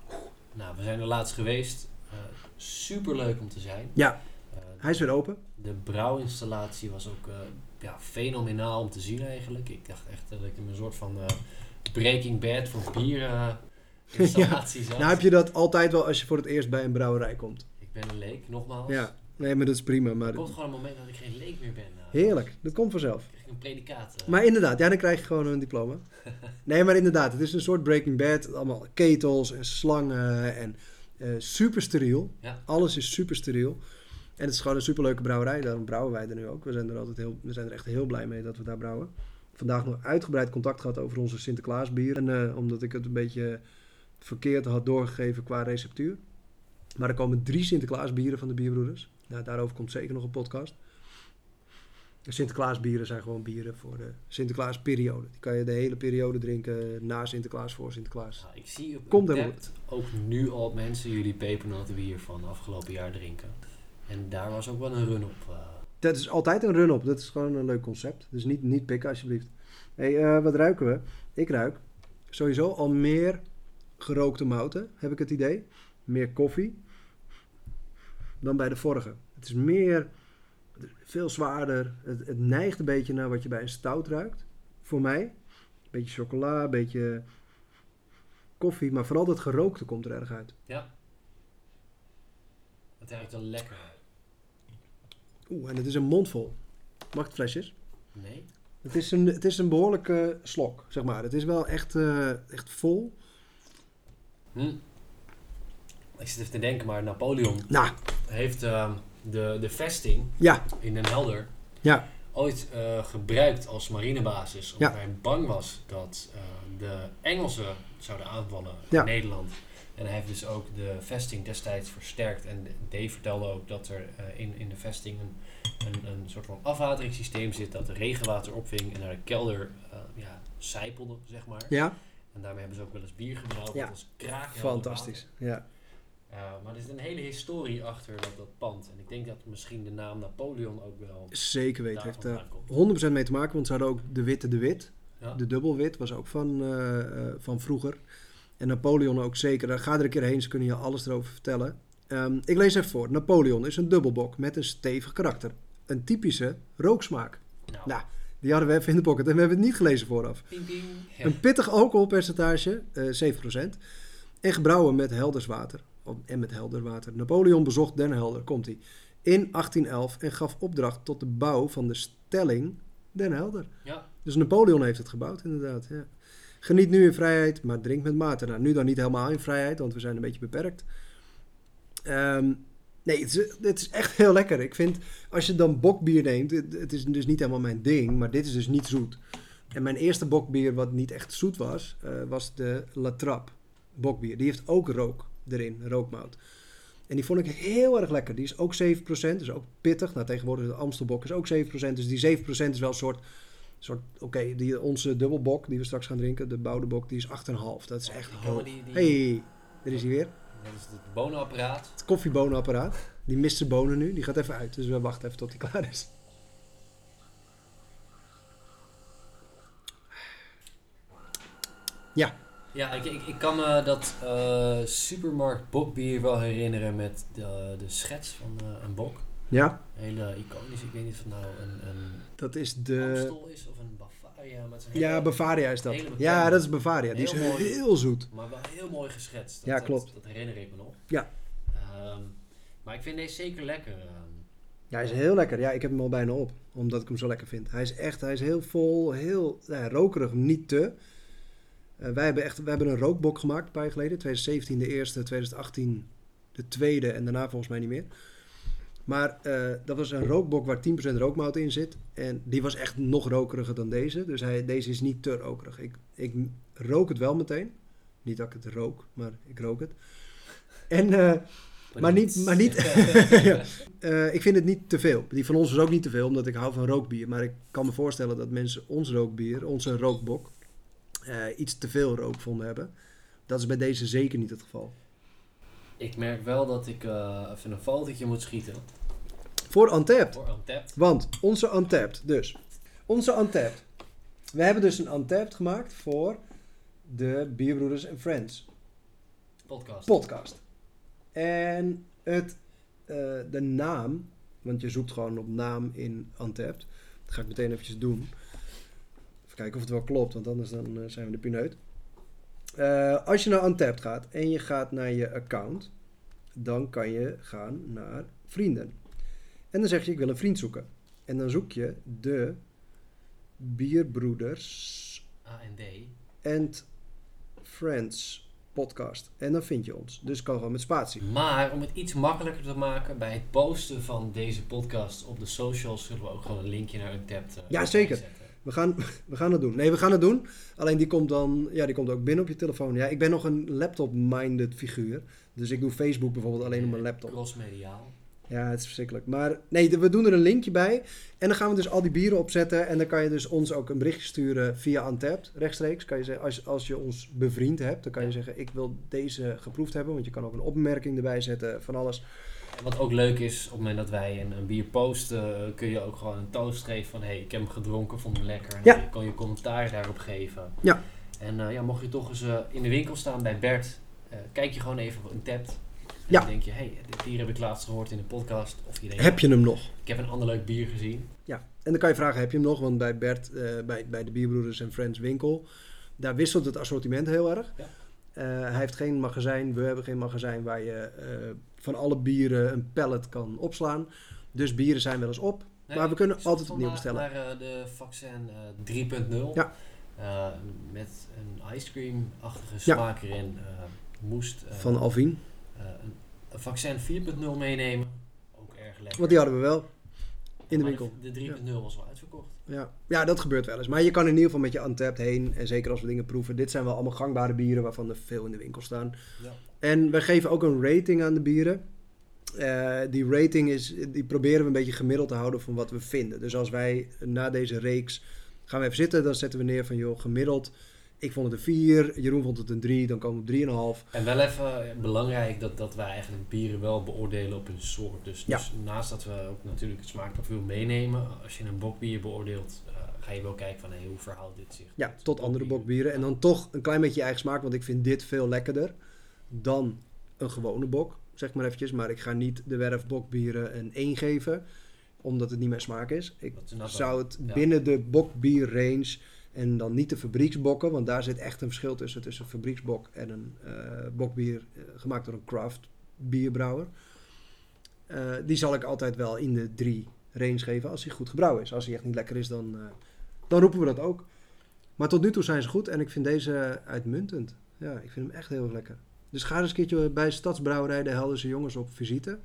Nou, we zijn er laatst geweest. Uh, Super leuk om te zijn. Ja, uh, hij is weer open. De brouwinstallatie was ook uh, ja, fenomenaal om te zien eigenlijk. Ik dacht echt dat ik in een soort van uh, Breaking Bad voor bier uh, installatie zat. Ja. Nou heb je dat altijd wel als je voor het eerst bij een brouwerij komt. Ik ben een leek, nogmaals. Ja, nee, maar dat is prima. Maar er komt gewoon een moment dat ik geen leek meer ben. Uh, Heerlijk, dat komt vanzelf. Dan krijg ik een predicaat. Uh. Maar inderdaad, ja, dan krijg je gewoon een diploma. Nee, maar inderdaad, het is een soort Breaking Bad. Allemaal ketels en slangen en uh, super steriel. Ja. Alles is super steriel. En het is gewoon een superleuke brouwerij. Daarom brouwen wij er nu ook. We zijn er, altijd heel, we zijn er echt heel blij mee dat we daar brouwen. Vandaag nog uitgebreid contact gehad over onze Sinterklaasbier. En uh, omdat ik het een beetje verkeerd had doorgegeven qua receptuur. Maar er komen drie Sinterklaasbieren van de Bierbroeders. Nou, daarover komt zeker nog een podcast. De Sinterklaasbieren zijn gewoon bieren voor de Sinterklaasperiode. Die kan je de hele periode drinken, na Sinterklaas, voor Sinterklaas. Nou, ik zie op Komt het ook nu al mensen jullie pepernotenbier van afgelopen jaar drinken. En daar was ook wel een run op. Uh. Dat is altijd een run op. Dat is gewoon een leuk concept. Dus niet, niet pikken alsjeblieft. Hey, uh, wat ruiken we? Ik ruik sowieso al meer gerookte mouten, heb ik het idee. Meer koffie dan bij de vorige. Het is meer, veel zwaarder. Het, het neigt een beetje naar wat je bij een stout ruikt. Voor mij. Een beetje chocola, een beetje koffie. Maar vooral dat gerookte komt er erg uit. Ja. Het ruikt wel lekker. Oeh, en het is een mondvol. Mag het flesjes? Nee? Het is een, het is een behoorlijke slok, zeg maar. Het is wel echt, uh, echt vol. Hm. Ik zit even te denken, maar Napoleon nou. heeft uh, de, de vesting ja. in Den Helder ja. ooit uh, gebruikt als marinebasis. Omdat ja. hij bang was dat uh, de Engelsen zouden aanvallen ja. in Nederland. En hij heeft dus ook de vesting destijds versterkt. En Dave vertelde ook dat er uh, in, in de vesting een, een, een soort van afwateringssysteem zit. Dat de regenwater opving en naar de kelder uh, ja, sijpelde, zeg maar. Ja. En daarmee hebben ze ook wel eens bier gebrouwen. Ja. Dat was kraakhelder. Fantastisch, ja. Uh, maar er zit een hele historie achter dat, dat pand. En ik denk dat misschien de naam Napoleon ook wel... Zeker weten. Het heeft er honderd procent mee te maken. Want ze hadden ook de Witte de Wit. Ja. De dubbelwit was ook van, uh, uh, van vroeger. En Napoleon ook zeker. Ga er een keer heen, ze kunnen je alles erover vertellen. Um, ik lees even voor. Napoleon is een dubbelbok met een stevig karakter. Een typische rooksmaak. Nou, nou die hadden we even in de pocket en we hebben het niet gelezen vooraf. Ping, ping. Ja. Een pittig alcoholpercentage, uh, zeven procent. En gebrouwen met helderswater. En met helder water. Napoleon bezocht Den Helder, komt hij, in achttien elf en gaf opdracht tot de bouw van de stelling Den Helder. Ja. Dus Napoleon heeft het gebouwd, inderdaad. Ja. Geniet nu in vrijheid, maar drink met mate. Nou, nu dan niet helemaal in vrijheid, want we zijn een beetje beperkt. Um, nee, het is, het is echt heel lekker. Ik vind, als je dan bokbier neemt, het, het is dus niet helemaal mijn ding, maar dit is dus niet zoet. En mijn eerste bokbier, wat niet echt zoet was, uh, was de La Trappe bokbier. Die heeft ook rook erin, rookmout. En die vond ik heel erg lekker. Die is ook zeven procent, dus ook pittig. Nou, tegenwoordig de Amstelbok is ook zeven procent. Dus die zeven procent is wel een soort... soort Oké, okay, onze dubbelbok die we straks gaan drinken, de Boudebok, die is acht komma vijf. Dat is echt hoog. Die, die... Hey, daar is hij weer. Dat is het bonenapparaat. Het koffiebonenapparaat. Die mist zijn bonen nu. Die gaat even uit. Dus we wachten even tot hij klaar is. Ja. Ja, ik, ik, ik kan me dat uh, supermarkt bokbier wel herinneren met de, de schets van uh, een bok. Ja. Hele iconisch. Ik weet niet of het nou een, een dat is de... Amstel is of een Bavaria. Maar het is ja, hele, Bavaria is dat. Ja, dat is Bavaria. Die heel is mooi, heel zoet. Maar wel heel mooi geschetst. Dat, ja, klopt. Dat, dat herinner ik me nog. Ja. Um, maar ik vind deze zeker lekker. Um. Ja, hij is heel lekker. Ja, ik heb hem al bijna op. Omdat ik hem zo lekker vind. Hij is echt, hij is heel vol, heel ja, rokerig, niet te... Uh, wij, hebben echt, wij hebben een rookbok gemaakt een paar jaar geleden. twintig zeventien de eerste, twintig achttien de tweede en daarna volgens mij niet meer. Maar uh, dat was een rookbok waar tien procent rookmout in zit. En die was echt nog rokeriger dan deze. Dus hij, deze is niet te rokerig. Ik, ik rook het wel meteen. Niet dat ik het rook, maar ik rook het. En, uh, maar niet... Maar niet ja. uh, ik vind het niet te veel. Die van ons is ook niet te veel, omdat ik hou van rookbier. Maar ik kan me voorstellen dat mensen ons rookbier, onze rookbok... Uh, iets te veel rook vonden hebben. Dat is bij deze zeker niet het geval. Ik merk wel dat ik uh, even een fotootje moet schieten. Voor Untapped. Voor Untapped. Want onze Untapped dus. Onze Untapped. We hebben dus een Untapped gemaakt voor de Bierbroeders and Friends. Podcast. Podcast. En het, uh, de naam, want je zoekt gewoon op naam in Untapped. Dat ga ik meteen eventjes doen. Kijken of het wel klopt, want anders dan uh, zijn we de pineut. Uh, als je naar Untapped gaat en je gaat naar je account, dan kan je gaan naar vrienden. En dan zeg je, ik wil een vriend zoeken. En dan zoek je de Bierbroeders A en D and Friends podcast. En dan vind je ons. Dus kan gewoon met spatie. Maar om het iets makkelijker te maken, bij het posten van deze podcast op de socials, zullen we ook gewoon een linkje naar Untapped uh, ja, zeker. Zetten. We gaan, we gaan het doen. Nee, we gaan het doen. Alleen die komt dan, ja, die komt ook binnen op je telefoon. Ja, ik ben nog een laptop-minded figuur. Dus ik doe Facebook bijvoorbeeld alleen op mijn laptop. Crossmediaal. Ja, het is verschrikkelijk. Maar nee, we doen er een linkje bij. En dan gaan we dus al die bieren opzetten. En dan kan je dus ons ook een berichtje sturen via Untapped, rechtstreeks. Kan je zeggen, als, als je ons bevriend hebt, dan kan je zeggen, ik wil deze geproefd hebben. Want je kan ook een opmerking erbij zetten, van alles. En wat ook leuk is, op het moment dat wij een, een bier posten, kun je ook gewoon een toast geven van, hé, hey, ik heb hem gedronken, vond hem lekker. En ja. je kan je commentaar daarop geven. Ja. En uh, ja, mocht je toch eens uh, in de winkel staan bij Bert, uh, kijk je gewoon even op Untapped. En ja. dan denk je, hé, hey, dit bier heb ik laatst gehoord in de podcast. Of je denkt, heb je hem nog? Ik heb een ander leuk bier gezien. Ja, en dan kan je vragen, heb je hem nog? Want bij Bert, uh, bij, bij de Bierbroeders en Friends winkel, daar wisselt het assortiment heel erg. Ja. Uh, hij heeft geen magazijn, we hebben geen magazijn waar je uh, van alle bieren een pallet kan opslaan. Dus bieren zijn wel eens op, nee, maar we kunnen altijd opnieuw bestellen. Naar uh, de Vaccin uh, drie punt nul ja. uh, met een ice cream-achtige smaak ja. erin. Uh, moest uh, van Alvin. Uh, een, een Vaccin vier punt nul meenemen. Ook erg lekker. Want die hadden we wel in de maar winkel. De drie punt nul ja. was wel uitverkocht. Ja. ja, dat gebeurt wel eens. Maar je kan in ieder geval met je Untappd heen. En zeker als we dingen proeven. Dit zijn wel allemaal gangbare bieren waarvan er veel in de winkel staan. Ja. En we geven ook een rating aan de bieren. Uh, die rating is, die proberen we een beetje gemiddeld te houden van wat we vinden. Dus als wij na deze reeks gaan we even zitten, dan zetten we neer van joh, gemiddeld. Ik vond het een vier, Jeroen vond het een drie, dan komen we op drie komma vijf. En wel even belangrijk dat, dat wij eigenlijk bieren wel beoordelen op hun soort. Dus, ja. dus naast dat we ook natuurlijk het smaakprofiel meenemen, als je een bokbier beoordeelt, uh, ga je wel kijken van hey, hoe verhoudt dit zich ja, tot, tot andere bokbieren. En dan toch een klein beetje je eigen smaak, want ik vind dit veel lekkerder dan een gewone bok, zeg maar eventjes. Maar ik ga niet de Werf bokbieren een één geven, omdat het niet mijn smaak is. Ik zou het ja. binnen de bokbier range en dan niet de fabrieksbokken, want daar zit echt een verschil tussen, tussen een fabrieksbok en een uh, bokbier uh, gemaakt door een craft bierbrouwer. Uh, die zal ik altijd wel in de drie range geven als hij goed gebrouwen is. Als hij echt niet lekker is, dan, uh, dan roepen we dat ook. Maar tot nu toe zijn ze goed en ik vind deze uitmuntend. Ja, ik vind hem echt heel erg lekker. Dus ga eens een keertje bij Stadsbrouwerij de Helderse Jongens op visite.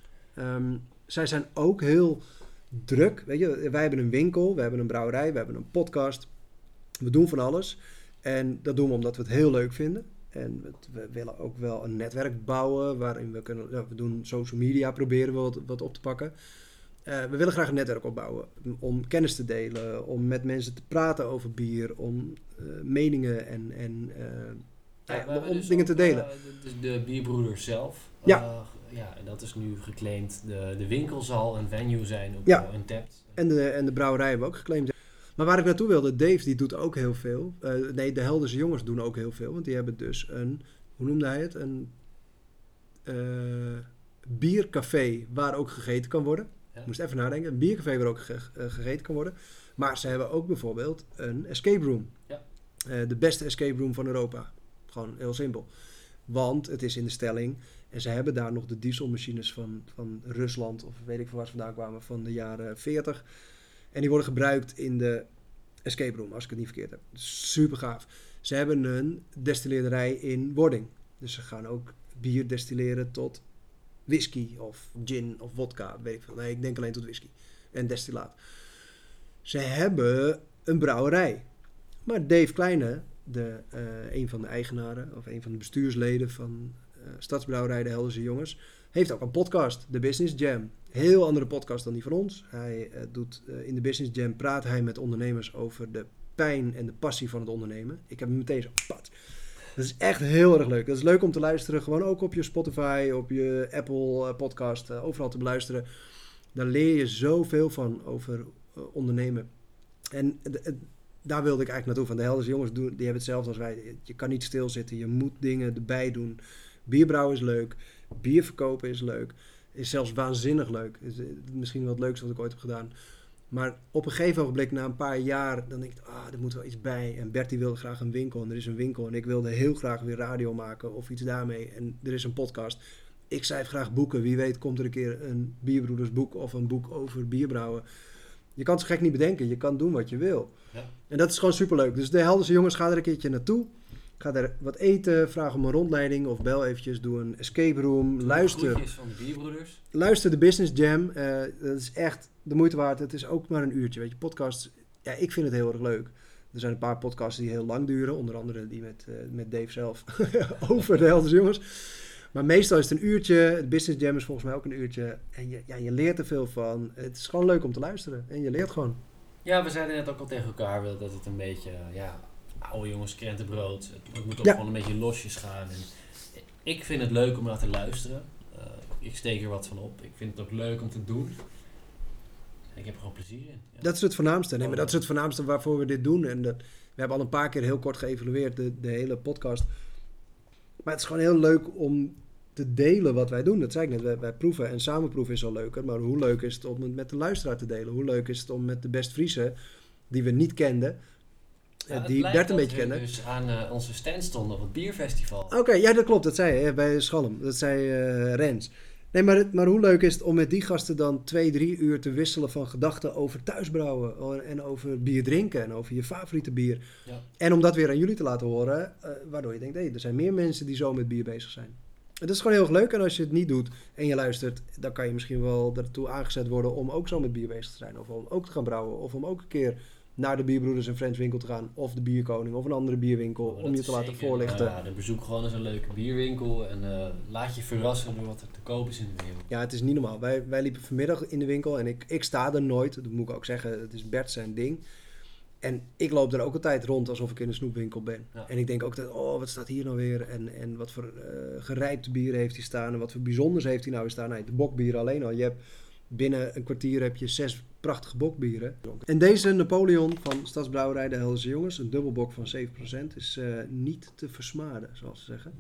Um, zij zijn ook heel druk. Weet je, wij hebben een winkel, we hebben een brouwerij, we hebben een podcast. We doen van alles. En dat doen we omdat we het heel leuk vinden. En we willen ook wel een netwerk bouwen waarin we kunnen... Ja, we doen social media, proberen we wat, wat op te pakken. Uh, we willen graag een netwerk opbouwen. Om kennis te delen, om met mensen te praten over bier, om uh, meningen en... en uh, ja, ja, om dus dingen ook, te delen. Uh, de, de bierbroeders zelf. Ja. Uh, ja, en dat is nu geclaimd. De, de winkel zal een venue zijn op ja. Untappd. En de, en de brouwerij hebben we ook geclaimd. Maar waar ik naartoe wilde, Dave die doet ook heel veel. Uh, nee, de Helderse Jongens doen ook heel veel. Want die hebben dus een, hoe noemde hij het? Een uh, biercafé waar ook gegeten kan worden. Ja. Ik moest even nadenken. Een biercafé waar ook ge, uh, gegeten kan worden. Maar ze hebben ook bijvoorbeeld een escape room. Ja. Uh, de beste escape room van Europa. Gewoon heel simpel. Want het is in de stelling. En ze hebben daar nog de dieselmachines van, van Rusland. Of weet ik van waar ze vandaan kwamen. Van de jaren veertig. En die worden gebruikt in de escape room, als ik het niet verkeerd heb. Super gaaf. Ze hebben een destilleerderij in Wording. Dus ze gaan ook bier destilleren tot whisky of gin of vodka. Weet ik veel. Nee, ik denk alleen tot whisky. En destillaat. Ze hebben een brouwerij. Maar Dave Kleine, de, uh, een van de eigenaren of een van de bestuursleden van uh, Stadsbrouwerij de Helderse Jongens, heeft ook een podcast, de Business Jam. Heel andere podcast dan die van ons. Hij uh, doet uh, in de Business Jam praat hij met ondernemers over de pijn en de passie van het ondernemen. Ik heb hem meteen zo, pat. Dat is echt heel erg leuk. Dat is leuk om te luisteren. Gewoon ook op je Spotify, op je Apple uh, podcast, uh, overal te beluisteren. Daar leer je zoveel van over uh, ondernemen. En uh, uh, daar wilde ik eigenlijk naartoe. Van de Helderse Jongens, doen, die hebben hetzelfde als wij. Je kan niet stilzitten. Je moet dingen erbij doen. Bierbrouwen is leuk. Bier verkopen is leuk. Is zelfs waanzinnig leuk. Is misschien wel het leukste wat ik ooit heb gedaan. Maar op een gegeven ogenblik, na een paar jaar, dan denk ik, ah, er moet wel iets bij. En Bertie wilde graag een winkel en er is een winkel. En ik wilde heel graag weer radio maken of iets daarmee. En er is een podcast. Ik schrijf graag boeken. Wie weet komt er een keer een Bierbroedersboek of een boek over bierbrouwen. Je kan het zo gek niet bedenken. Je kan doen wat je wil. Ja. En dat is gewoon superleuk. Dus de Helderse Jongens, ga er een keertje naartoe. Ga er wat eten, vraag om een rondleiding of bel eventjes, doe een escape room. Luister. Groetjes van de Bierbroeders. Luister de Business Jam. Uh, dat is echt de moeite waard. Het is ook maar een uurtje. Weet je, podcasts. Ja, ik vind het heel erg leuk. Er zijn een paar podcasts die heel lang duren. Onder andere die met, uh, met Dave zelf over de Helderse Jongens. Maar meestal is het een uurtje. De Business Jam is volgens mij ook een uurtje. En je, ja, je leert er veel van. Het is gewoon leuk om te luisteren. En je leert gewoon. Ja, we zeiden net ook al tegen elkaar dat het een beetje, ja, oude jongens krentenbrood. Het, het moet ook ja. gewoon een beetje losjes gaan. En ik vind het leuk om naar te luisteren. Uh, ik steek er wat van op. Ik vind het ook leuk om te doen. En ik heb er gewoon plezier in. Ja. Dat is het voornaamste. Nee, maar dat is het voornaamste waarvoor we dit doen. En dat, we hebben al een paar keer heel kort geëvalueerd, de, de hele podcast. Maar het is gewoon heel leuk om te delen wat wij doen. Dat zei ik net, wij, wij proeven en samen proeven is al leuker. Maar hoe leuk is het om het met de luisteraar te delen? Hoe leuk is het om met de Best Friese, die we niet kenden, Ja, die Bert een beetje kende. kende. Dus aan uh, onze stand stonden op het bierfestival. Oké, okay, ja dat klopt. Dat zei je bij Schalm. Dat zei uh, Rens. Nee, maar, maar hoe leuk is het om met die gasten dan twee, drie uur te wisselen van gedachten over thuisbrouwen. En over bier drinken en over je favoriete bier. Ja. En om dat weer aan jullie te laten horen. Uh, waardoor je denkt, hé, hey, er zijn meer mensen die zo met bier bezig zijn. Het is gewoon heel erg leuk. En als je het niet doet en je luistert, dan kan je misschien wel ertoe aangezet worden om ook zo met bier bezig te zijn. Of om ook te gaan brouwen. Of om ook een keer naar de Bierbroeders en Friends winkel te gaan. Of de Bierkoning of een andere bierwinkel. Oh, om je te laten zeker voorlichten. Ja, dan bezoek gewoon eens een leuke bierwinkel. En uh, laat je verrassen door wat er te koop is in de wereld. Ja, het is niet normaal. Wij, wij liepen vanmiddag in de winkel. En ik, ik sta er nooit. Dat moet ik ook zeggen. Het is Bert zijn ding. En ik loop er ook altijd rond alsof ik in een snoepwinkel ben. Ja. En ik denk ook dat, oh, wat staat hier nou weer? En, en wat voor uh, gerijpte bieren heeft hij staan? En wat voor bijzonders heeft hij nou weer staan? Nee, de bokbieren alleen al. Je hebt binnen een kwartier heb je zes prachtige bokbieren. En deze Napoleon van Stadsbrouwerij de Helderse Jongens, een dubbelbok van zeven procent, is uh, niet te versmaden, zoals ze zeggen.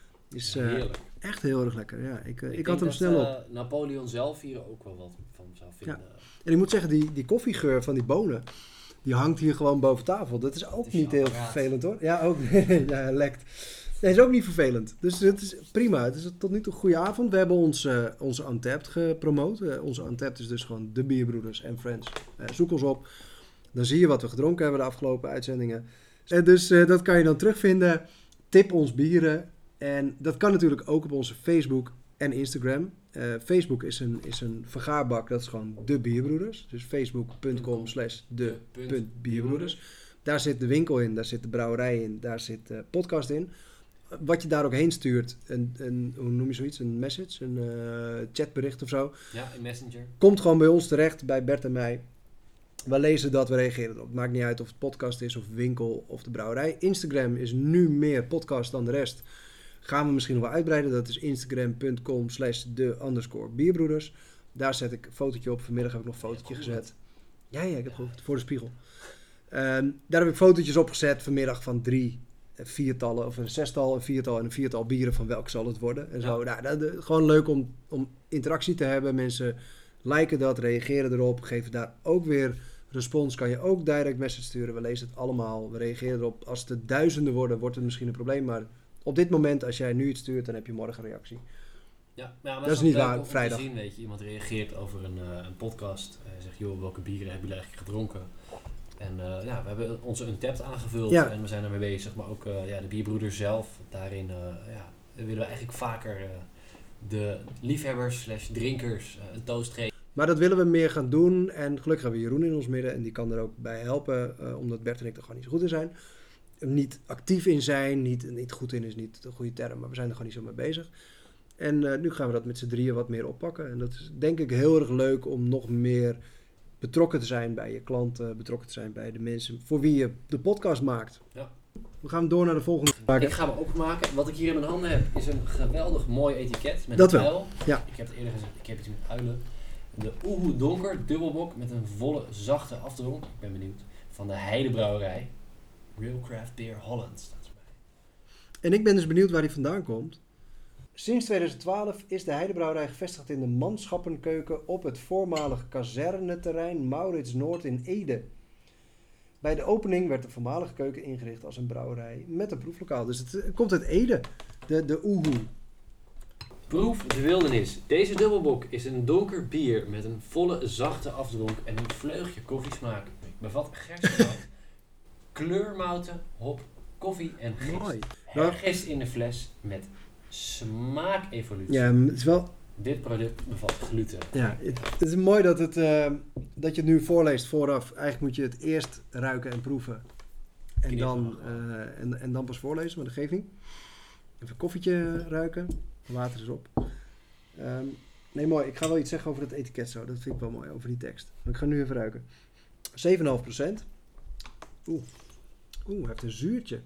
Is uh, echt heel erg lekker. Ja, ik, uh, ik, ik had hem snel op. Uh, Napoleon zelf hier ook wel wat van zou vinden. Ja. En ik moet zeggen, die, die koffiegeur van die bonen, die hangt hier gewoon boven tafel. Dat is ook is niet heel vervelend hoor. Ja, ook. Ja, lekt. Nee, is ook niet vervelend. Dus het is prima. Het is tot nu toe een goede avond. We hebben ons, uh, onze Untapped gepromoot. Uh, onze Untapped is dus gewoon de Bierbroeders en Friends. Uh, zoek ons op. Dan zie je wat we gedronken hebben de afgelopen uitzendingen. En dus uh, dat kan je dan terugvinden. Tip ons bieren. En dat kan natuurlijk ook op onze Facebook en Instagram. Uh, Facebook is een, is een vergaarbak. Dat is gewoon de Bierbroeders. Dus facebook punt com slash de bierbroeders. Daar zit de winkel in. Daar zit de brouwerij in. Daar zit de podcast in. Wat je daar ook heen stuurt, een, een, hoe noem je zoiets, een message, een uh, chatbericht of zo. Ja, een messenger. Komt gewoon bij ons terecht, bij Bert en mij. We lezen dat, we reageren erop. Het maakt niet uit of het podcast is, of winkel, of de brouwerij. Instagram is nu meer podcast dan de rest. Gaan we misschien nog wel uitbreiden. Dat is instagram punt com slash de underscore bierbroeders. Daar zet ik een fotootje op. Vanmiddag heb ik nog een fotootje gezet. Ja, ja, ik heb gehoord, voor de spiegel. Um, daar heb ik fotootjes op gezet vanmiddag van drie viertallen, of een zestal, een viertal en een viertal bieren van welk zal het worden. En zo. Ja. Nou, dat, gewoon leuk om, om interactie te hebben. Mensen liken dat, reageren erop, geven daar ook weer respons. Kan je ook direct message sturen. We lezen het allemaal, we reageren erop. Als het er duizenden worden, wordt het misschien een probleem. Maar op dit moment, als jij nu iets stuurt, dan heb je morgen een reactie. Ja, maar dat is niet waar, vrijdag. Zien, weet je, iemand reageert over een, uh, een podcast. Hij uh, zegt, joh, welke bieren hebben jullie eigenlijk gedronken? En uh, ja, we hebben onze Untapped aangevuld ja. en we zijn ermee bezig. Maar ook uh, ja, de Bierbroeders zelf. Daarin uh, ja, willen we eigenlijk vaker uh, de liefhebbers slash drinkers uh, een toast geven. Maar dat willen we meer gaan doen. En gelukkig hebben we Jeroen in ons midden. En die kan er ook bij helpen. Uh, omdat Bert en ik er gewoon niet zo goed in zijn. Niet actief in zijn. Niet, niet goed in is niet de goede term. Maar we zijn er gewoon niet zo mee bezig. En uh, nu gaan we dat met z'n drieën wat meer oppakken. En dat is denk ik heel erg leuk om nog meer betrokken te zijn bij je klanten, betrokken te zijn bij de mensen voor wie je de podcast maakt. Ja. We gaan door naar de volgende. Ik ga hem openmaken. Wat ik hier in mijn handen heb is een geweldig mooi etiket met dat een wel. Ja. Ik heb het eerder gezegd, ik heb iets met uilen. De Oehoe Donker dubbelbok met een volle, zachte afdronk. Ik ben benieuwd. Van de Heidebrouwerij. Real Craft Beer Holland staat erbij. En ik ben dus benieuwd waar die vandaan komt. Sinds tweeduizend twaalf is de Heidebrouwerij gevestigd in de manschappenkeuken op het voormalige kazerneterrein Maurits Noord in Ede. Bij de opening werd de voormalige keuken ingericht als een brouwerij met een proeflokaal. Dus het komt uit Ede, de, de Oehoe. Proef de wildernis. Deze dubbelbok is een donker bier met een volle, zachte afdronk en een vleugje koffiesmaak. Bevat gerstemout, kleurmouten, hop, koffie en gist. Hergist in de fles met smaakevolutie. Ja, het is wel... Dit product bevat gluten. Ja, het, het is mooi dat, het, uh, dat je het nu voorleest vooraf. Eigenlijk moet je het eerst ruiken en proeven. En, dan, uh, en, en dan pas voorlezen, maar dat geeft niet. Even een koffietje ruiken. Water is op. Um, nee, mooi. Ik ga wel iets zeggen over het etiket zo. Dat vind ik wel mooi, over die tekst. Maar ik ga nu even ruiken. zeven komma vijf procent. Oeh. Oeh, hij heeft een zuurtje.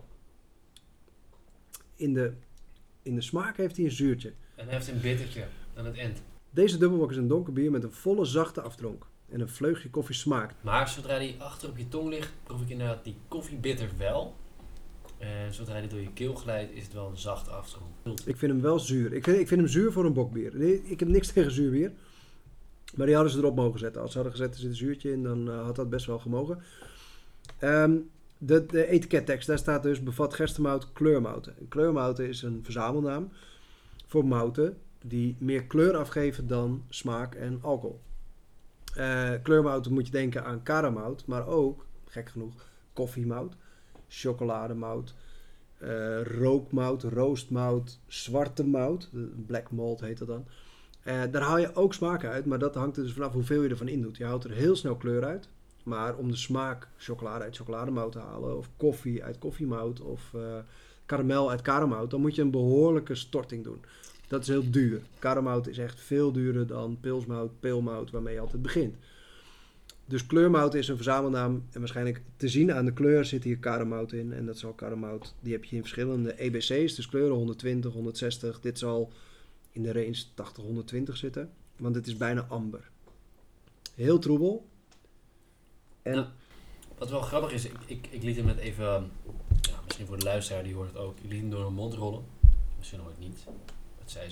In de, in de smaak heeft hij een zuurtje. En hij heeft een bittertje aan het eind. Deze dubbelbok is een donker bier met een volle zachte afdronk. En een vleugje koffie smaakt. Maar zodra die achter op je tong ligt, proef ik inderdaad die koffiebitter wel. En zodra die door je keel glijdt, is het wel een zachte afdronk. Ik vind hem wel zuur. Ik vind, ik vind hem zuur voor een bokbier. Ik heb niks tegen zuur bier. Maar die hadden ze erop mogen zetten. Als ze hadden gezet, er zit een zuurtje in, dan uh, had dat best wel gemogen. Um, De, de etikettekst, daar staat dus bevat gerstemout kleurmouten. En kleurmouten is een verzamelnaam voor mouten die meer kleur afgeven dan smaak en alcohol. Uh, kleurmouten moet je denken aan karamout, maar ook, gek genoeg, koffiemout, chocolademout, uh, rookmout, roostmout, zwarte mout, black malt heet dat dan. Uh, daar haal je ook smaak uit, maar dat hangt er dus vanaf hoeveel je ervan in doet. Je haalt er heel snel kleur uit, maar om de smaak chocolade uit chocolademout te halen, of koffie uit koffiemout, of uh, karamel uit karamout, dan moet je een behoorlijke storting doen. Dat is heel duur. Karamout is echt veel duurder dan pilsmout, peelmout, waarmee je altijd begint. Dus kleurmout is een verzamelnaam en waarschijnlijk te zien aan de kleur zit hier karamout in. En dat zal karamout, die heb je in verschillende E B C's, dus kleuren honderdtwintig, honderdzestig. Dit zal in de range tachtig, honderdtwintig zitten, want het is bijna amber. Heel troebel. En nou, wat wel grappig is, ik, ik, ik liet hem net even, ja, misschien voor de luisteraar die hoort het ook, ik liet hem door hun mond rollen. Misschien hoort het niet. Zij zo.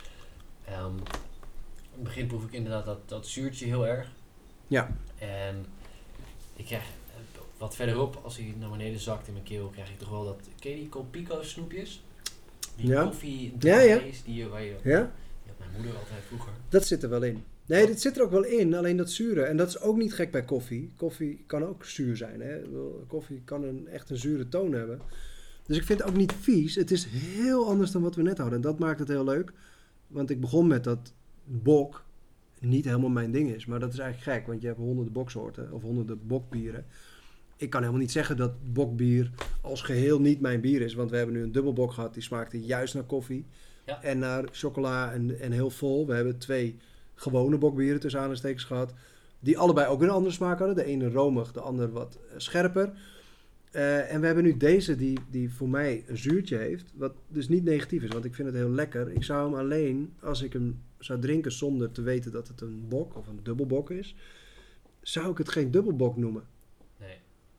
Um, in het begin proef ik inderdaad dat, dat zuurtje heel erg. Ja. En ik krijg wat verderop, als hij naar beneden zakt in mijn keel, krijg ik toch wel dat, ken je die Copico snoepjes? Die ja. koffie ja, ja. die waar je, ja. die had mijn moeder altijd vroeger. Dat zit er wel in. Nee, oh. dit zit er ook wel in, alleen dat zure. En dat is ook niet gek bij koffie. Koffie kan ook zuur zijn. Hè? Koffie kan een, echt een zure toon hebben. Dus ik vind het ook niet vies. Het is heel anders dan wat we net hadden. En dat maakt het heel leuk. Want ik begon met dat bok niet helemaal mijn ding is. Maar dat is eigenlijk gek. Want je hebt honderden boksoorten. Of honderden bokbieren. Ik kan helemaal niet zeggen dat bokbier als geheel niet mijn bier is. Want we hebben nu een dubbelbok gehad. Die smaakte juist naar koffie. Ja. En naar chocola en, en heel vol. We hebben twee gewone bokbieren tussen aanhalingstekens gehad. Die allebei ook een andere smaak hadden. De ene romig, de ander wat scherper. Uh, en we hebben nu deze die, die voor mij een zuurtje heeft, wat dus niet negatief is, want ik vind het heel lekker. Ik zou hem alleen, als ik hem zou drinken zonder te weten dat het een bok of een dubbelbok is, zou ik het geen dubbelbok noemen. Nee.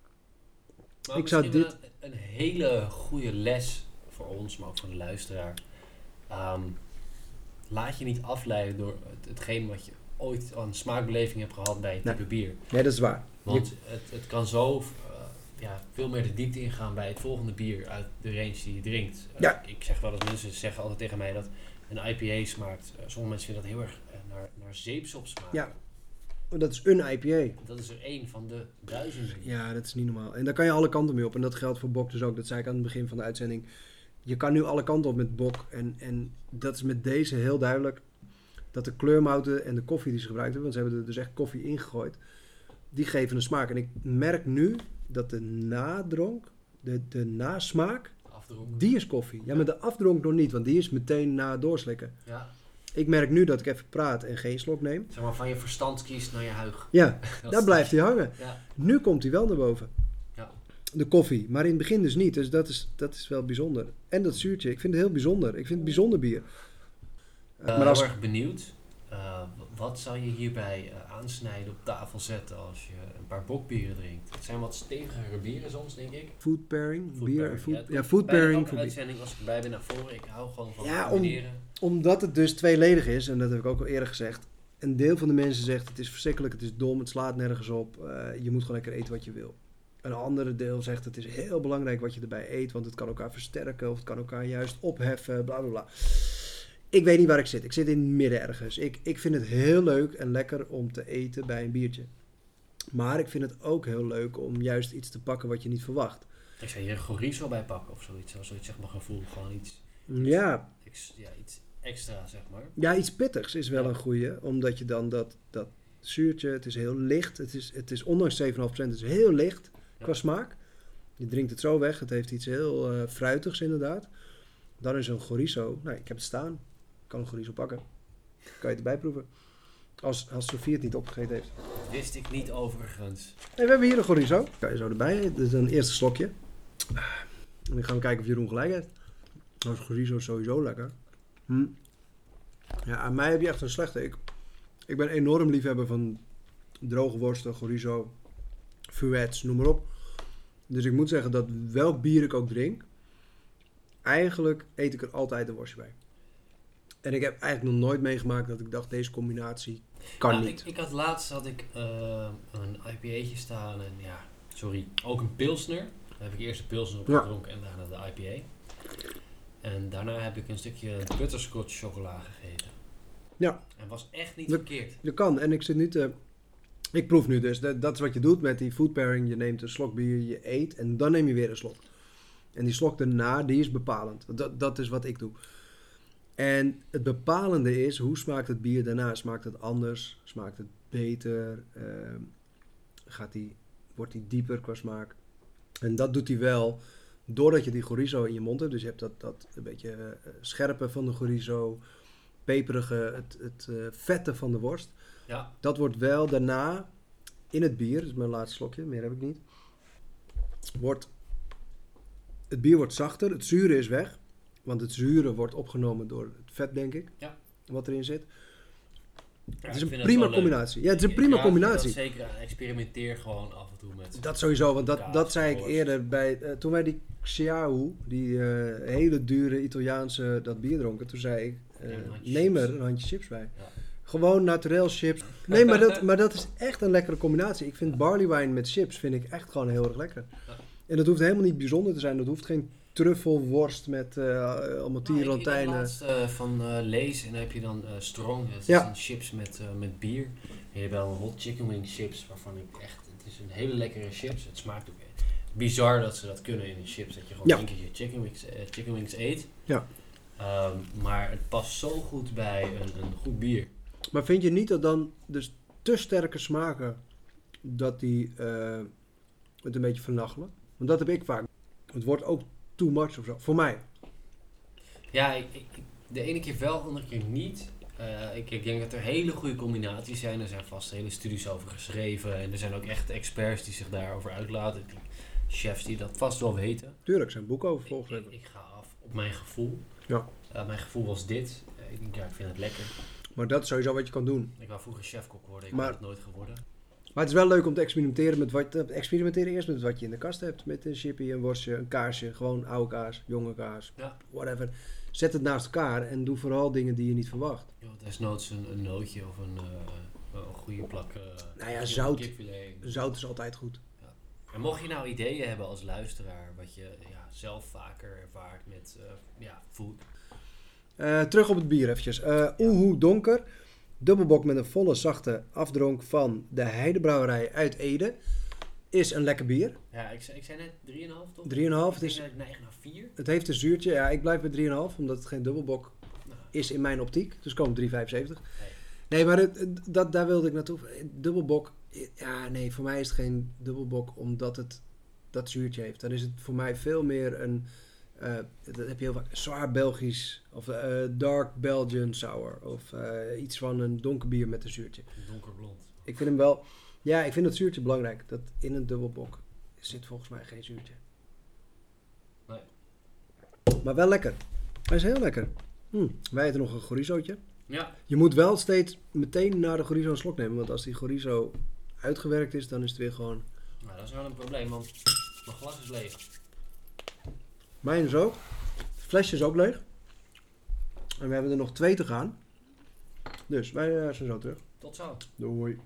Maar ik zou dit... een, een hele goede les voor ons, maar ook voor de luisteraar. Um, laat je niet afleiden door het, hetgeen wat je ooit aan smaakbeleving hebt gehad bij een type nee. bier. Nee, dat is waar. Want je... het, het kan zo... Ja, veel meer de diepte ingaan bij het volgende bier uit de range die je drinkt. Uh, ja. Ik zeg wel dat mensen zeggen altijd tegen mij dat een I P A smaakt. Uh, sommige mensen vinden dat heel erg uh, naar, naar zeepsop smaken. Ja, dat is een I P A. Dat is er één van de duizenden. Ja, dat is niet normaal. En daar kan je alle kanten mee op. En dat geldt voor bok dus ook. Dat zei ik aan het begin van de uitzending. Je kan nu alle kanten op met bok. En, en dat is met deze heel duidelijk. Dat de kleurmouten en de koffie die ze gebruikt hebben, want ze hebben er dus echt koffie ingegooid, die geven een smaak. En ik merk nu dat de nadronk, de, de nasmaak, afdronk. Die is koffie. Ja, maar de afdronk nog niet, want die is meteen na doorslikken. Ja. Ik merk nu dat ik even praat en geen slok neem. Zeg maar van je verstand kiest naar je huig. Ja, daar blijft hij hangen. Ja. Nu komt hij wel naar boven. Ja. De koffie, maar in het begin dus niet. Dus dat is, dat is wel bijzonder. En dat zuurtje, ik vind het heel bijzonder. Ik vind het bijzonder bier. Uh, maar als... Heel erg benieuwd. Uh, wat zou je hierbij uh, aansnijden op tafel zetten als je een paar bokbieren drinkt? Het zijn wat stevigere bieren soms, denk ik. Food pairing, food bier, pairing. food, ja, ja, food pairing. Bij uitzending, als ik erbij ben naar voren, ik hou gewoon van ja, combineren. Om, omdat het dus tweeledig is, en dat heb ik ook al eerder gezegd. Een deel van de mensen zegt het is verschrikkelijk, het is dom, het slaat nergens op. Uh, je moet gewoon lekker eten wat je wil. Een andere deel zegt het is heel belangrijk wat je erbij eet, want het kan elkaar versterken of het kan elkaar juist opheffen, bla bla bla. Ik weet niet waar ik zit. Ik zit in het midden ergens. Ik, ik vind het heel leuk en lekker om te eten bij een biertje. Maar ik vind het ook heel leuk om juist iets te pakken wat je niet verwacht. Ik zou hier een chorizo bij pakken of zoiets. Zoiets zeg maar gevoel. Gewoon iets, ja. iets, ja, iets extra, zeg maar. Ja, iets pittigs is wel ja. een goeie. Omdat je dan dat, dat zuurtje, het is heel licht. Het is, het is ondanks zeven komma vijf procent, het is heel licht ja. qua smaak. Je drinkt het zo weg. Het heeft iets heel uh, fruitigs inderdaad. Dan is een chorizo. Nou, ik heb het staan. Ik kan een chorizo pakken. Kan je het erbij proeven. Als, als Sofie het niet opgegeten heeft. Dat wist ik niet overigens. Hey, we hebben hier een chorizo. Kan je zo erbij. Dit is een eerste slokje. En dan gaan we kijken of Jeroen gelijk heeft. Nou is chorizo sowieso lekker. Hm. Ja, aan mij heb je echt een slechte. Ik, ik ben enorm liefhebber van droge worsten, chorizo, fuets, noem maar op. Dus ik moet zeggen dat welk bier ik ook drink, eigenlijk eet ik er altijd een worstje bij. En ik heb eigenlijk nog nooit meegemaakt dat ik dacht, deze combinatie kan nou, niet. Ik, ik had laatst had ik uh, een I P A'tje staan en ja, sorry, ook een pilsner. Daar heb ik eerst de pilsner op Ja. gedronken en daarna de I P A. En daarna heb ik een stukje butterscotch chocola gegeten. Ja. En was echt niet Dat- verkeerd. Je kan, en ik zit nu te... Ik proef nu dus, dat, dat is wat je doet met die food pairing. Je neemt een slok bier, je eet en dan neem je weer een slok. En die slok daarna, die is bepalend. Dat, dat is wat ik doe. En het bepalende is, hoe smaakt het bier daarna? Smaakt het anders? Smaakt het beter? Ehm, gaat die, wordt die dieper qua smaak? En dat doet hij wel doordat je die chorizo in je mond hebt. Dus je hebt dat, dat een beetje eh, scherpe van de chorizo, peperige, het, het eh, vette van de worst. Ja, Dat wordt wel daarna in het bier, dus mijn laatste slokje, meer heb ik niet. Wordt, het bier wordt zachter, het zure is weg. Want het zure wordt opgenomen door het vet, denk ik. Ja. Wat erin zit. Ja, Het is ik een vind prima wel leuk. combinatie. Ja, het is een Ik prima raad je combinatie. Dat zeker aan. Experimenteer gewoon af en toe met... Dat sowieso, want dat, Kaas, dat zei ik worst. eerder bij, eh, toen wij die Xiao, die eh, hele dure Italiaanse, dat bier dronken. Toen zei ik, eh, Neem een handje neem er chips. een handje chips bij. Ja. Gewoon naturel chips. Nee, maar dat, maar dat is echt een lekkere combinatie. Ik vind barley wine met chips vind ik echt gewoon heel erg lekker. Ja. En dat hoeft helemaal niet bijzonder te zijn. Dat hoeft geen truffelworst met eh allemaal Nou, ik- tierlantijnen. Ik heb laatst uh, van uh, Lees en dan heb je dan uh, Strong. Dat Ja. zijn chips met, uh, met bier. En je hebt wel een hot chicken wing chips waarvan ik echt... Het is een hele lekkere chips. Het smaakt ook bizar dat ze dat kunnen in een chips. Dat je gewoon Ja. één keer je chicken wings, uh, chicken wings eet. Ja. Um, maar het past zo goed bij een, een goed bier. Maar vind je niet dat dan dus te sterke smaken, dat die eh, het een beetje vernachelen? Want dat heb ik vaak. Het wordt ook too much of zo. Voor mij. Ja, ik, ik, ik- de ene keer wel, de andere keer niet. Uh, ik, ik denk dat er hele goede combinaties zijn. Er zijn vast hele studies over geschreven. En er zijn ook echt experts die zich daarover uitlaten. Ik denk chefs die dat vast wel weten. Tuurlijk, zijn boeken over Ik, volgeschreven. ik, ik ga af op mijn gevoel. Ja. Uh, mijn gevoel was dit. Uh, ik denk, ja, ik vind het lekker. Maar dat is sowieso wat je kan doen. Ik wou vroeger chefkok worden. Ik Maar- ben het nooit geworden. Maar het is wel leuk om te experimenteren met wat... eh, Experimenteren eerst met wat je in de kast hebt. Met een chippy, een worstje, een kaarsje. Gewoon oude kaas, jonge kaas. Ja. Whatever. Zet het naast elkaar en doe vooral dingen die je niet verwacht. Yo, desnoods een, een nootje of een, uh, een goede plak uh, Nou ja, kip- zout. kipfilet. Zout is altijd goed. En mocht je nou ideeën hebben als luisteraar wat je ja, zelf vaker ervaart met uh, ja, food. Eh, terug op het bier eventjes. Eh Oehoe Donker. Dubbelbok met een volle zachte afdronk van de Heidebrouwerij uit Ede. Is een lekker bier. Ja, ik, zei- ik zei net drieënhalf toch? drie komma vijf. Ik Het, is, denk dat ik neig naar vier. het heeft een zuurtje. Ja, ik blijf bij drie komma vijf. Omdat het geen dubbelbok Nou, is in mijn optiek. Dus komen drie komma vijfenzeventig. nee. Nee, maar het, het- dat, daar wilde ik naartoe. Dubbelbok. Ja, nee, voor mij is het geen dubbelbok omdat het dat zuurtje heeft. Dan is het voor mij veel meer een... eh, dat heb je heel vaak. Zwaar Belgisch. Of eh, dark Belgian sour. Of eh, iets van een donker bier met een zuurtje. Donkerblond. Ik vind hem wel... Ja, ik vind dat zuurtje belangrijk. Dat in een dubbelbok zit volgens mij geen zuurtje. Nee. Maar wel lekker. Hij is heel lekker. Hm. Wij eten nog een chorizootje. Ja, Je moet wel steeds meteen na de chorizo een slok nemen. Want als die chorizo uitgewerkt is, dan is het weer gewoon... nou, dat is wel een probleem, want mijn glas is leeg. Mijn is ook. Het flesje is ook leeg. En we hebben er nog twee te gaan. Dus wij eh, zijn zo terug. Tot zo. Doei.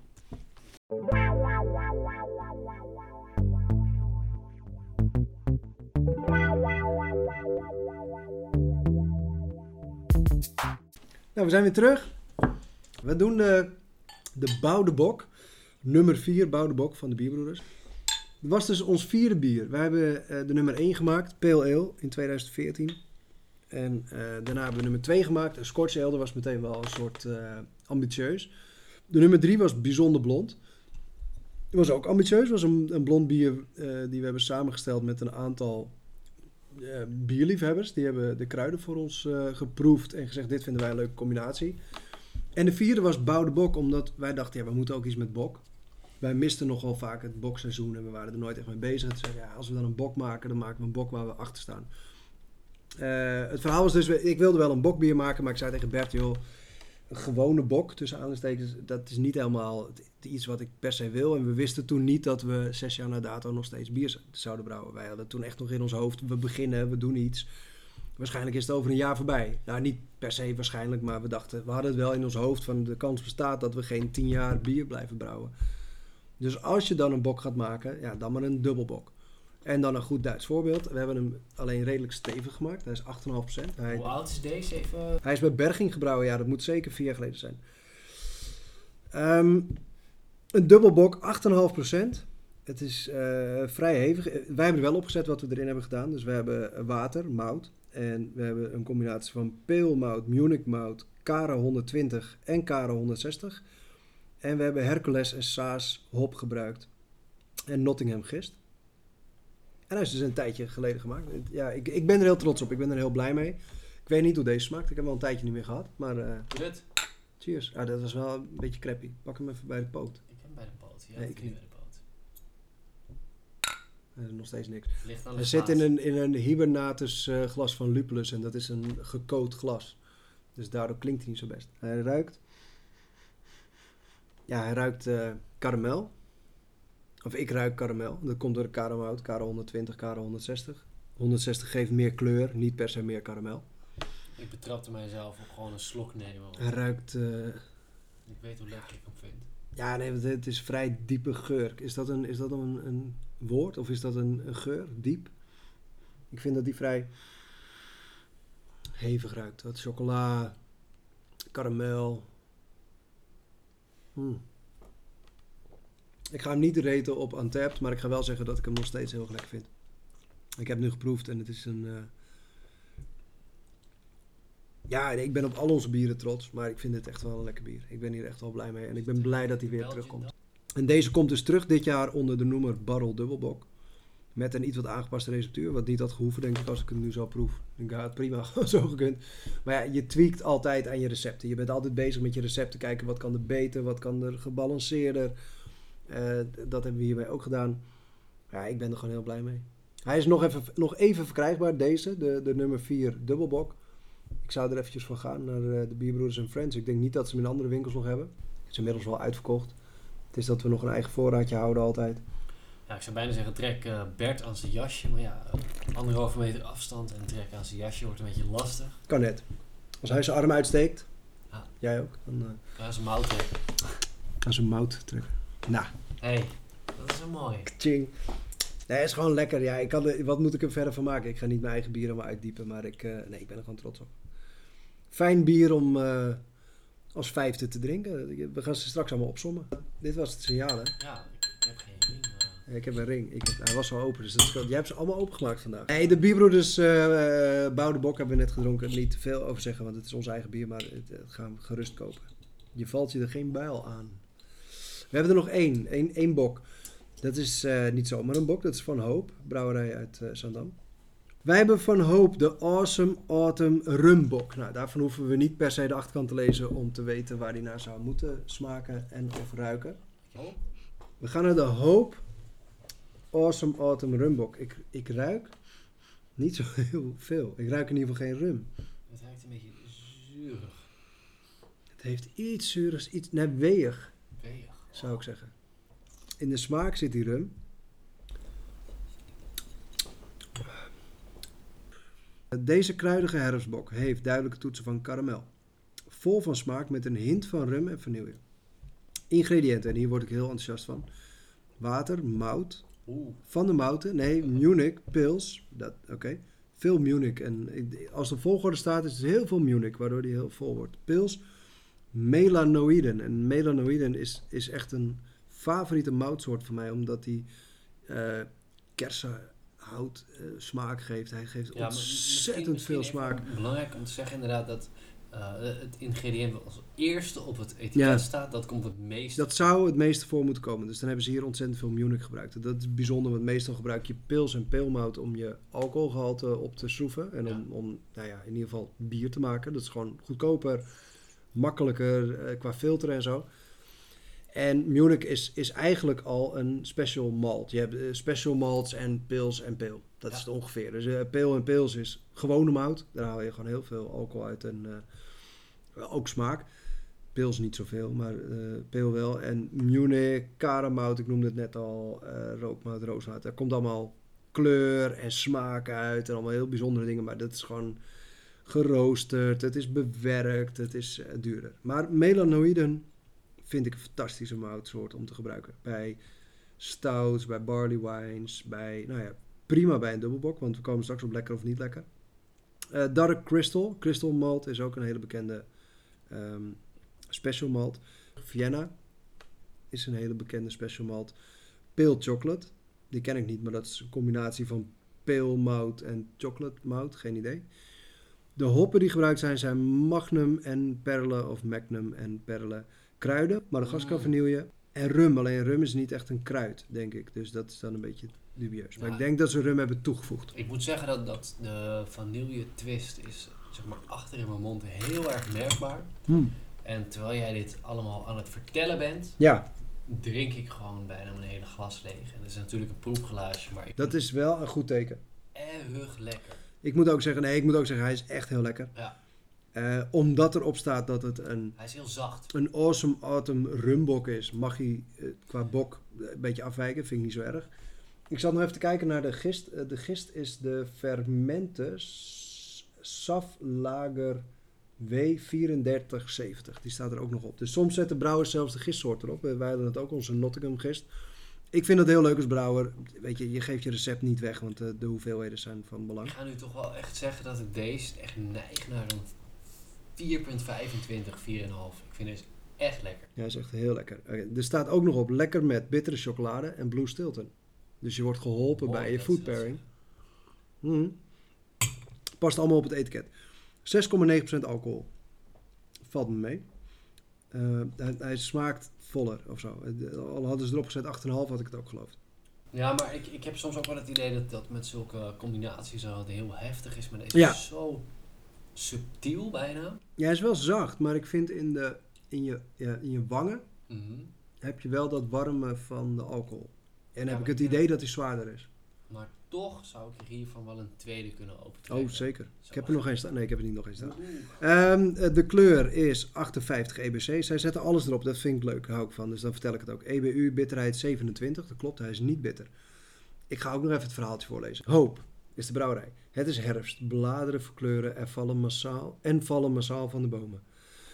Nou, we zijn weer terug. We doen de, de Boudebok. Nummer vier Boudebok van de Bierbroeders. Het was dus ons vierde bier. We hebben eh, de nummer één gemaakt, Pale Ale, in tweeduizend veertien. En eh, daarna hebben we nummer twee gemaakt, een Scotch Ale. Dat was meteen wel een soort eh, ambitieus. De nummer drie was Bijzonder Blond. Het was ook ambitieus. Het was een, een blond bier eh, die we hebben samengesteld met een aantal eh, bierliefhebbers. Die hebben de kruiden voor ons eh, geproefd en gezegd, dit vinden wij een leuke combinatie. En de vierde was Boudebok, omdat wij dachten, ja, we moeten ook iets met bok. Wij misten nogal vaak het bokseizoen en we waren er nooit echt mee bezig. Toen zeiden we, ja, als we dan een bok maken, dan maken we een bok waar we achter staan. Uh, het verhaal was dus, ik wilde wel een bokbier maken, maar ik zei tegen Bert, joh, een gewone bok, tussen aanstekens, dat is niet helemaal iets wat ik per se wil. En we wisten toen niet dat we zes jaar na dato nog steeds bier zouden brouwen. Wij hadden toen echt nog in ons hoofd, we beginnen, we doen iets. Waarschijnlijk is het over een jaar voorbij. Nou, niet per se waarschijnlijk, maar we dachten, we hadden het wel in ons hoofd van de kans bestaat dat we geen tien jaar bier blijven brouwen. Dus als je dan een bok gaat maken, ja, dan maar een dubbelbok. En dan een goed Duits voorbeeld. We hebben hem alleen redelijk stevig gemaakt. Hij is acht komma vijf procent. Hij, Hoe oud is deze even? hij is bij Berging gebrouwen. Ja, dat moet zeker vier jaar geleden zijn. Um, een dubbelbok, acht komma vijf procent. Het is uh, vrij hevig. Wij hebben er wel opgezet wat we erin hebben gedaan. Dus we hebben water, mout. En we hebben een combinatie van peelmout, Munich mout, Cara honderdtwintig en Cara honderdzestig. En we hebben Hercules en Saaz hop gebruikt. En Nottingham gist. En hij is dus een tijdje geleden gemaakt. Ja, ik, ik ben er heel trots op. Ik ben er heel blij mee. Ik weet niet hoe deze smaakt. Ik heb hem al een tijdje niet meer gehad. Maar uh, Dit. Cheers. Ah, dat was wel een beetje crappy. Pak hem even bij de poot. Ik heb hem bij de poot. Ja, nee, ik ik niet niet. bij de poot. Er is nog steeds niks. Ligt aan de Hij zit in glazen. een, in een hibernatus uh, glas van Lupulus. En dat is een gekoot glas. Dus daardoor klinkt hij niet zo best. Hij ruikt... Ja, hij ruikt uh, karamel. Of ik ruik karamel. Dat komt door de Cara-mout. Cara honderdtwintig, Cara honderdzestig. honderdzestig geeft meer kleur, niet per se meer karamel. Ik betrapte mijzelf op gewoon een slok nemen. Want Hij ruikt... Uh, ik weet hoe lekker ik hem vind. ja, nee, het, het is vrij diepe geur. Is dat een, is dat een, een woord? Of is dat een, een geur? Diep? Ik vind dat die vrij hevig ruikt. Wat chocola, karamel. Hmm. Ik ga hem niet raten op Untapped, maar ik ga wel zeggen dat ik hem nog steeds heel lekker vind. Ik heb nu geproefd en het is een... Uh... Ja, ik ben op al onze bieren trots, maar ik vind dit echt wel een lekker bier. Ik ben hier echt wel blij mee en ik ben blij dat hij weer terugkomt. En deze komt dus terug dit jaar onder de noemer Barrel Dubbelbok. Met een iets wat aangepaste receptuur, wat niet had gehoeven denk ik als ik het nu zo proef. Ik had het prima zo gekund. Maar ja, je tweakt altijd aan je recepten. Je bent altijd bezig met je recepten, kijken wat kan er beter, wat kan er gebalanceerder. Uh, dat hebben we hierbij ook gedaan. Ja, ik ben er gewoon heel blij mee. Hij is nog even, nog even verkrijgbaar, deze, de, de nummer vier dubbelbok. Ik zou er eventjes voor gaan naar uh, de Bierbroeders en Friends. Ik denk niet dat ze hem in andere winkels nog hebben. Het is inmiddels wel uitverkocht. Het is dat we nog een eigen voorraadje houden altijd. Ja, ik zou bijna zeggen, trek uh, Bert aan zijn jasje. Maar ja, uh, anderhalve meter afstand en trek aan zijn jasje wordt een beetje lastig. Kan net. Als hij zijn arm uitsteekt, ja. Jij ook, dan... Uh, aan zijn mouw trekken. Aan zijn mout trekken. Nou. Hé, hey, dat is zo mooi. Tjing. Nee, het is gewoon lekker. Ja, ik kan er, wat moet ik er verder van maken? Ik ga niet mijn eigen bier helemaal uitdiepen, maar ik, uh, nee, ik ben er gewoon trots op. Fijn bier om uh, als vijfde te drinken. We gaan ze straks allemaal opsommen. Dit was het signaal, hè? Ja, ik, ik heb geen ring. Maar... Ik heb een ring. Ik heb, hij was al open, dus dat is, jij hebt ze allemaal opengemaakt vandaag. Nee, de Bierbroeders uh, uh, Bouwde Bok hebben we net gedronken. Niet te veel over zeggen, want het is ons eigen bier, maar het, het gaan we gerust kopen. Je valt je er geen bijl aan. We hebben er nog één, één, één bok. Dat is uh, niet zomaar een bok, dat is Van Hoop, brouwerij uit uh, Zaandam. Wij hebben Van Hoop de Awesome Autumn Rumbok. Nou, daarvan hoeven we niet per se de achterkant te lezen om te weten waar die naar zou moeten smaken en of ruiken. We gaan naar de Hoop Awesome Autumn Rumbok. Ik, ik ruik niet zo heel veel. Ik ruik in ieder geval geen rum. Het ruikt een beetje zuurig. Het heeft iets zuurigs, iets nee, weeg, Weeg. zou ik zeggen. In de smaak zit die rum. Deze kruidige herfstbok heeft duidelijke toetsen van karamel. Vol van smaak met een hint van rum en vanille. Ingrediënten, en hier word ik heel enthousiast van. Water, mout. Oeh. Van de mouten, nee, Munich, pils. Oké, okay. Veel Munich. En als de volgorde staat, is het heel veel Munich, waardoor die heel vol wordt. Pils, melanoïden. En melanoïden is, is echt een favoriete moutsoort voor mij, omdat die uh, kersenhout uh, smaak geeft. Hij geeft ja, ontzettend misschien, veel misschien smaak. Belangrijk om te zeggen inderdaad dat uh, het ingrediënt wat als eerste op het etiket ja, staat, dat komt het meeste. Dat zou het meeste voor moeten komen. Dus dan hebben ze hier ontzettend veel Munich gebruikt. Dat is bijzonder, want meestal gebruik je pils en peelmout om je alcoholgehalte op te schroeven. En om, ja. om nou ja, in ieder geval bier te maken. Dat is gewoon goedkoper, makkelijker uh, qua filter en zo. En Munich is, is eigenlijk al een special malt. Je hebt uh, special malts en pils en peel. Dat ja. is het ongeveer. Dus uh, peel en pils is gewone mout. Daar haal je gewoon heel veel alcohol uit en uh, ook smaak. Pils niet zoveel, maar uh, peel wel. En Munich, Cara-mout, ik noemde het net al, uh, rookmout, roosmout. Daar komt allemaal kleur en smaak uit en allemaal heel bijzondere dingen. Maar dat is gewoon geroosterd, het is bewerkt, het is uh, duurder. Maar melanoïden, vind ik een fantastische moutsoort om te gebruiken. Bij stouts, bij barley wines, bij, nou ja, prima bij een dubbelbok, want we komen straks op lekker of niet lekker. Uh, Dark Crystal, Crystal Malt is ook een hele bekende um, special malt. Vienna is een hele bekende special malt. Pale Chocolate, die ken ik niet, maar dat is een combinatie van pale mout en chocolate mout, geen idee. De hoppen die gebruikt zijn, zijn Magnum en Perle of Magnum en Perle. Kruiden, Madagascar Mm. vanille en rum. Alleen rum is niet echt een kruid, denk ik. Dus dat is dan een beetje dubieus. Maar Ja. ik denk dat ze rum hebben toegevoegd. Ik moet zeggen dat, dat de vanille twist is, zeg maar, achter in mijn mond heel erg merkbaar. Hmm. En terwijl jij dit allemaal aan het vertellen bent, Ja, drink ik gewoon bijna mijn hele glas leeg. En dat is natuurlijk een proefglaasje, maar ik dat is wel een goed teken. erg lekker. Ik moet ook zeggen, nee, ik moet ook zeggen, hij is echt heel lekker. Ja. Uh, omdat erop staat dat het een, Hij is heel zacht. een Awesome Autumn rumbok is, mag hij uh, qua bok een beetje afwijken. Vind ik niet zo erg. Ik zat nog even te kijken naar de gist. Uh, de gist is de Fermentes Saflager W vierendertig zeventig. Die staat er ook nog op. Dus soms zetten brouwers zelfs de gistsoort erop. Wij hadden het ook, onze Nottingham gist. Ik vind dat heel leuk als brouwer. Weet je, je geeft je recept niet weg, want uh, de hoeveelheden zijn van belang. Ik ga nu toch wel echt zeggen dat ik deze echt neig naar een vier komma vijfentwintig, vier komma vijf. Ik vind deze echt lekker. Ja, is echt heel lekker. Okay, er staat ook nog op lekker met bittere chocolade en Blue Stilton. Dus je wordt geholpen Mooi bij je dat food ze dat pairing. zeggen. Mm. Past allemaal op het etiket. zes komma negen procent alcohol. Valt me mee. Uh, hij, hij smaakt voller of zo. Al hadden ze erop gezet acht komma vijf, had ik het ook geloofd. Ja, maar ik, ik heb soms ook wel het idee dat dat met zulke combinaties al heel heftig is. Maar deze Ja. is zo subtiel bijna. Ja, hij is wel zacht, maar ik vind in, de, in, je, ja, in je wangen Mm-hmm. heb je wel dat warme van de alcohol. En Ja, heb ik maar het ik idee denk- dat hij zwaarder is. Maar toch zou ik er hiervan wel een tweede kunnen opentrekken. Oh, zeker. Zo Ik heb er nog één staan. Nee, ik heb er niet nog één staan. Oeh. Um, de kleur is achtenvijftig E B C. Zij zetten alles erop. Dat vind ik leuk. Daar hou ik van. Dus dan vertel ik het ook. E B U, bitterheid zevenentwintig. Dat klopt. Hij is niet bitter. Ik ga ook nog even het verhaaltje voorlezen. Hoop is de brouwerij. Het is herfst. Bladeren verkleuren en vallen massaal, en vallen massaal van de bomen.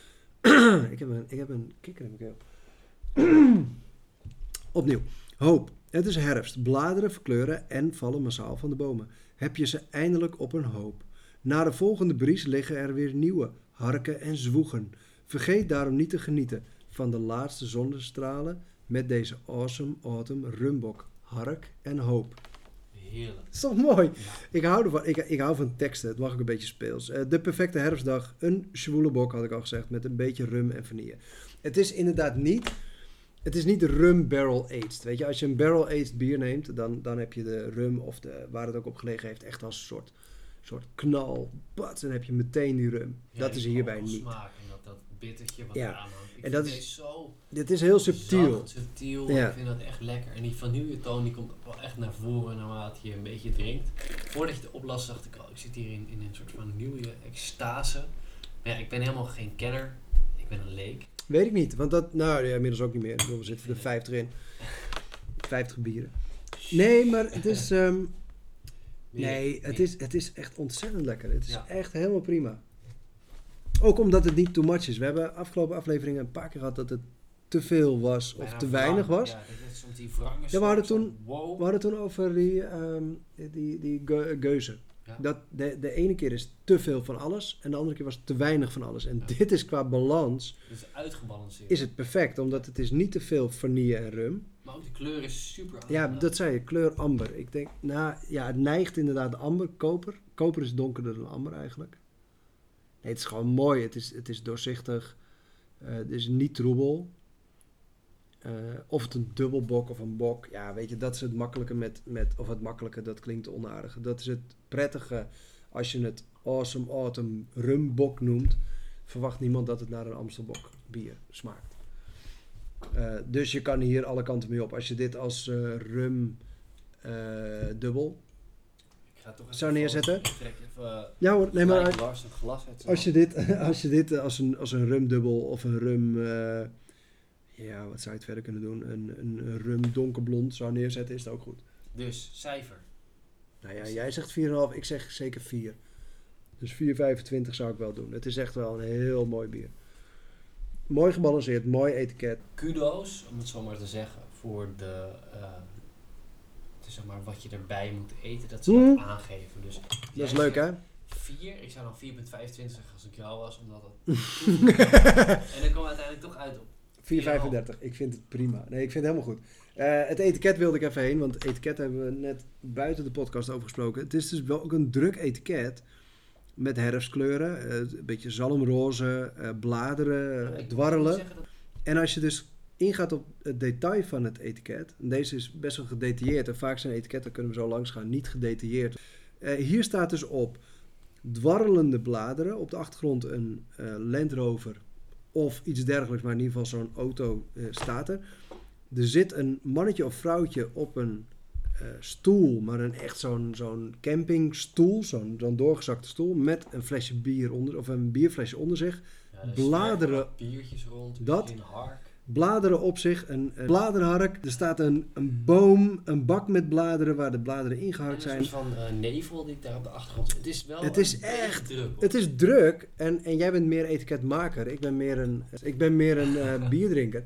ik, heb een, ik heb een kikker in mijn keel. Opnieuw. Hoop. Het is herfst. Bladeren verkleuren en vallen massaal van de bomen. Heb je ze eindelijk op een hoop. Na de volgende bries liggen er weer nieuwe, harken en zwoegen. Vergeet daarom niet te genieten van de laatste zonnestralen met deze awesome autumn rumbok, hark en hoop. Heerlijk. Dat is toch mooi? Ja. Ik hou ervan. Ik, ik hou van teksten. Het mag ook een beetje speels. Uh, de perfecte herfstdag. Een zwoele bok, had ik al gezegd, met een beetje rum en vanille. Het is inderdaad niet... Het is niet rum barrel aged. Weet je, als je een barrel aged bier neemt, dan, dan heb je de rum of de, waar het ook op gelegen heeft, echt als een soort, soort knal. Bats, dan heb je meteen die rum. Ja, dat die is hierbij alcohol niet. smaak en dat, dat bittertje wat Ja. eraan hangt. Ik En vind dat is- deze zo Dit is heel subtiel. zacht, subtiel. Ja. Ik vind dat echt lekker. En die vanille-toon die komt ook wel echt naar voren naarmate je een beetje drinkt. Voordat je het oplas dacht ik al, ik zit hier in, in een soort van nieuwe extase. Maar ja, ik ben helemaal geen kenner. Ik ben een leek. Weet ik niet, want dat, nou ja, inmiddels ook niet meer. Ik bedoel, we zitten er vijftig in. vijftig bieren. Nee, maar het is, ehm, nee, het is, het is echt ontzettend lekker. Het is Ja. echt helemaal prima. Ook omdat het niet too much is. We hebben afgelopen afleveringen een paar keer gehad dat het te veel was of Bijna te wrang. weinig was. Ja, dat is soms die wrang is Ja, we hadden zo- toen- Wow. We hadden toen over die, ehm, die, die ge- geuzen. Ja. Dat de, de ene keer is te veel van alles en de andere keer was te weinig van alles. En Ja. dit is qua balans, Het is uitgebalanceerd. is het perfect. Omdat het is niet te veel vanille en rum. Maar ook de kleur is super Ja, aangenaam. dat zei je, kleur amber. Ik denk, nou ja, het neigt inderdaad amber, koper. Koper is donkerder dan amber eigenlijk. Nee, het is gewoon mooi. Het is, het is doorzichtig. Eh, het is niet troebel. Eh, of het een dubbelbok of een bok. Ja, weet je, dat is het makkelijke met, met... Of het makkelijke, dat klinkt onaardig. Dat is het prettige. Als je het Awesome Autumn rumbok noemt, verwacht niemand dat het naar een Amstelbok bier smaakt. Eh, dus je kan hier alle kanten mee op. Als je dit als eh, rum eh, dubbel... Ik ga toch even Zou neerzetten? Ik trek even uh, Ja hoor, nee maar... Lars een glas uit. Als je dit, als, je dit als, een, als een rumdubbel of een rum... eh, ja, wat zou je het verder kunnen doen? Een, een, een rum donkerblond zou neerzetten, is dat ook goed. Dus, cijfer. Nou ja, jij zegt vier komma vijf, ik zeg zeker vier. Dus vier komma vijfentwintig zou ik wel doen. Het is echt wel een heel mooi bier. Mooi gebalanceerd, mooi etiket. Kudo's, om het zo maar te zeggen, voor de, uh, dus zeg maar wat je erbij moet eten, dat ze Mm. dat aangeven. Dus Dat is leuk, hè? vier, ik zou dan vier komma vijfentwintig zeggen als ik jou was, omdat het... en dan kwam uiteindelijk toch uit op vier komma vijfendertig. Ik vind het prima. Nee, ik vind het helemaal goed. Uh, het etiket wilde ik even heen, want het etiket hebben we net buiten de podcast over gesproken. Het is dus wel ook een druk etiket met herfstkleuren. Uh, een beetje zalmroze, uh, bladeren, uh, ja, dwarrelen. Dat... En als je dus ingaat op het detail van het etiket, en deze is best wel gedetailleerd, en vaak zijn etiketten, kunnen we zo langs gaan, niet gedetailleerd. Uh, hier staat dus op dwarrelende bladeren, op de achtergrond een uh, Land Rover of iets dergelijks, maar in ieder geval zo'n auto uh, staat er. Er zit een mannetje of vrouwtje op een uh, stoel, maar een echt zo'n, zo'n campingstoel, zo'n, zo'n doorgezakte stoel, met een flesje bier onder, of een bierflesje onder zich. Ja, bladeren, biertjes rond, dat, in hark. Bladeren op zich, een, een bladerenhark. Er staat een, een boom, een bak met bladeren waar de bladeren ingeharkt zijn. En een soort van uh, nevel die ik daar op de achtergrond... Het is wel het is echt druk. Het is druk en, en jij bent meer etiketmaker. Ik ben meer een, ik ben meer een uh, bierdrinker.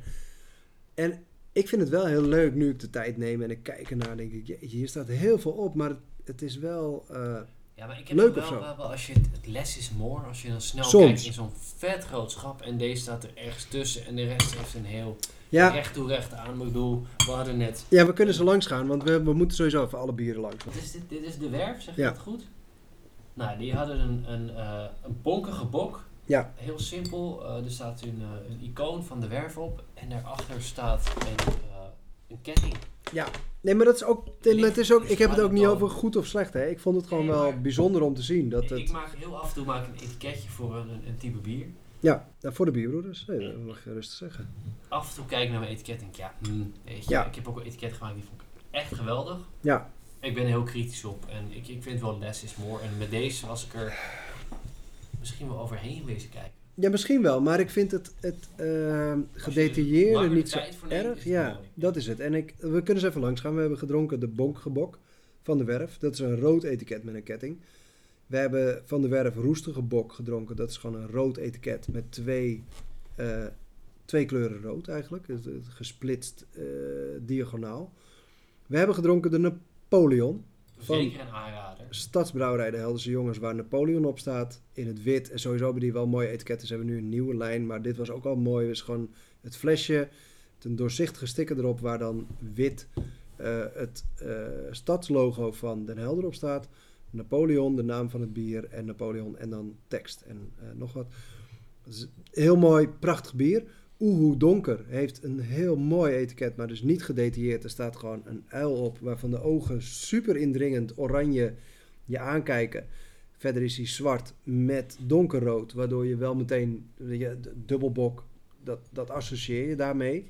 En ik vind het wel heel leuk nu ik de tijd neem en ik kijk ernaar. Denk ik, jeetje, hier staat heel veel op, maar het, het is wel... Uh, Ja, maar ik heb leuk wel, of zo. wel, wel als je het, het less is more, als je dan snel Soms. kijkt in zo'n vet groot schap en deze staat er ergens tussen en de rest heeft een heel ja, recht toe recht aan. Maar ik bedoel, we hadden net... ja, we kunnen ze langs gaan, want we, we moeten sowieso even alle bieren langs. Wat is dit? Dit is de werf, zeg je Ja. dat goed? Nou, die hadden een, een, uh, een bonkige bok. Ja. Heel simpel. Uh, er staat een, uh, een icoon van de werf op en daarachter staat een, uh, een ketting. Ja, nee, maar dat is ook, het is ook, ik heb het ook niet Licht- over goed of slecht, hè. Ik vond het gewoon Nee, wel maar- bijzonder om te zien. Dat Ik, het, ik maak heel af en toe maak ik een etiketje voor een, een type bier. ja, nou, voor de bierbroeders, nee, dat mag je rustig zeggen. Af en toe kijk ik naar mijn etiket en denk ik, ja, mm, weet je, Ja. ik heb ook een etiket gemaakt die vond ik echt geweldig. Ja, Ik ben er heel kritisch op en ik, ik vind wel less is more. En met deze was ik er misschien wel overheen wezen kijken. ja, misschien wel, maar ik vind het, het uh, gedetailleerde langer de niet zo tijd voor neemt, erg. is het Ja, mooi. dat is het. En ik, we kunnen eens even langs gaan. We hebben gedronken de Bonkgebok van de Werf. Dat is een rood etiket met een ketting. We hebben van de Werf Roestige Bok gedronken. Dat is gewoon een rood etiket met twee, uh, twee kleuren rood eigenlijk. Dus, uh, gesplitst uh, diagonaal. We hebben gedronken de Napoleon. Van Zeker een aanrader. Stadsbrouwerij de Helderse Jongens, waar Napoleon op staat in het wit. En sowieso hebben die wel mooie etiketten. Ze hebben nu een nieuwe lijn, maar dit was ook al mooi. Het is gewoon het flesje, met een doorzichtige sticker erop, waar dan wit uh, het uh, stadslogo van Den Helder op staat. Napoleon, de naam van het bier, en Napoleon en dan tekst en uh, nog wat. Dat is een heel mooi, prachtig bier. Oehoe Donker heeft een heel mooi etiket, maar dus niet gedetailleerd. Er staat gewoon een uil op waarvan de ogen super indringend oranje je aankijken. Verder is hij zwart met donkerrood, waardoor je wel meteen je, dubbelbok, dat, dat associeer je daarmee.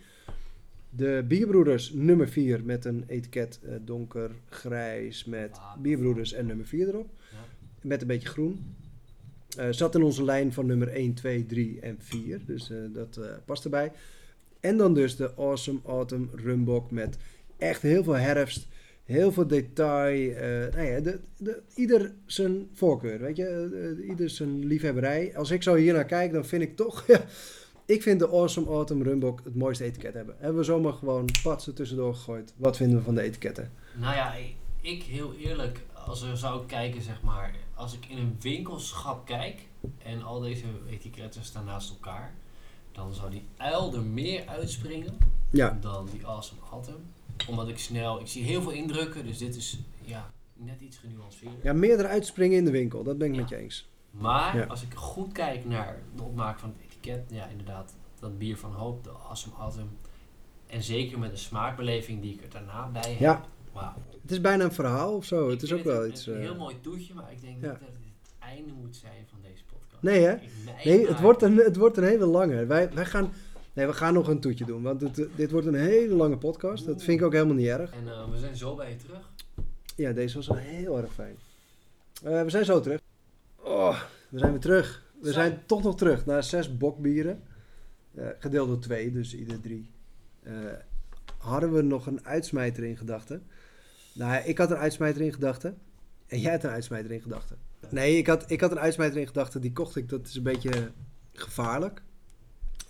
De Bierbroeders nummer vier met een etiket uh, donkergrijs met Ah, Bierbroeders en nummer vier erop. Ja. Met een beetje groen. Uh, zat in onze lijn van nummer één, twee, drie en vier. Dus uh, dat uh, past erbij. En dan dus de Awesome Autumn Rumbok met echt heel veel herfst. Heel veel detail. Uh, nou ja, de, de, ieder zijn voorkeur, weet je. Uh, ieder zijn liefhebberij. Als ik zo hier naar kijk, dan vind ik toch... Ja, ik vind de Awesome Autumn Rumbok het mooiste etiket hebben. Hebben we zomaar gewoon patsen tussendoor gegooid. Wat vinden we van de etiketten? Nou ja, ik heel eerlijk, als er zou kijken, zeg maar, als ik in een winkelschap kijk en al deze etiketten staan naast elkaar, dan zou die uil er meer uitspringen Ja. dan die Awesome Autumn. Omdat ik snel, ik zie heel veel indrukken, dus dit is ja, net iets genuanceerder. Ja, meerdere uitspringen in de winkel. Dat ben ik Ja. met je eens. Maar Ja. als ik goed kijk naar de opmaak van het etiket, ja inderdaad, dat bier van Hoop, de Awesome Autumn. En zeker met de smaakbeleving die ik er daarna bij heb. Ja. Wauw. Het is bijna een verhaal of zo. Ik Het is vind ook wel een, iets... een uh, heel mooi toetje, maar ik denk ja. niet dat het het einde moet zijn van deze podcast. Nee, hè? Ik neig Nee, het naar- wordt een, het wordt een hele lange. Wij, wij gaan... Nee, we gaan nog een toetje doen. Want het, dit wordt een hele lange podcast. Dat vind ik ook helemaal niet erg. En uh, we zijn zo bij je terug. Ja, deze was wel heel erg fijn. Uh, we zijn zo terug. Oh, we zijn weer terug. We Zo. zijn toch nog terug naar zes bokbieren. Uh, gedeeld door twee, dus ieder drie. Uh, hadden we nog een uitsmijter in gedachten? Nou, ik had een uitsmijter in gedachten. En jij had een uitsmijter in gedachten. Nee, ik had, ik had een uitsmijter in gedachten. Die kocht ik. Dat is een beetje gevaarlijk.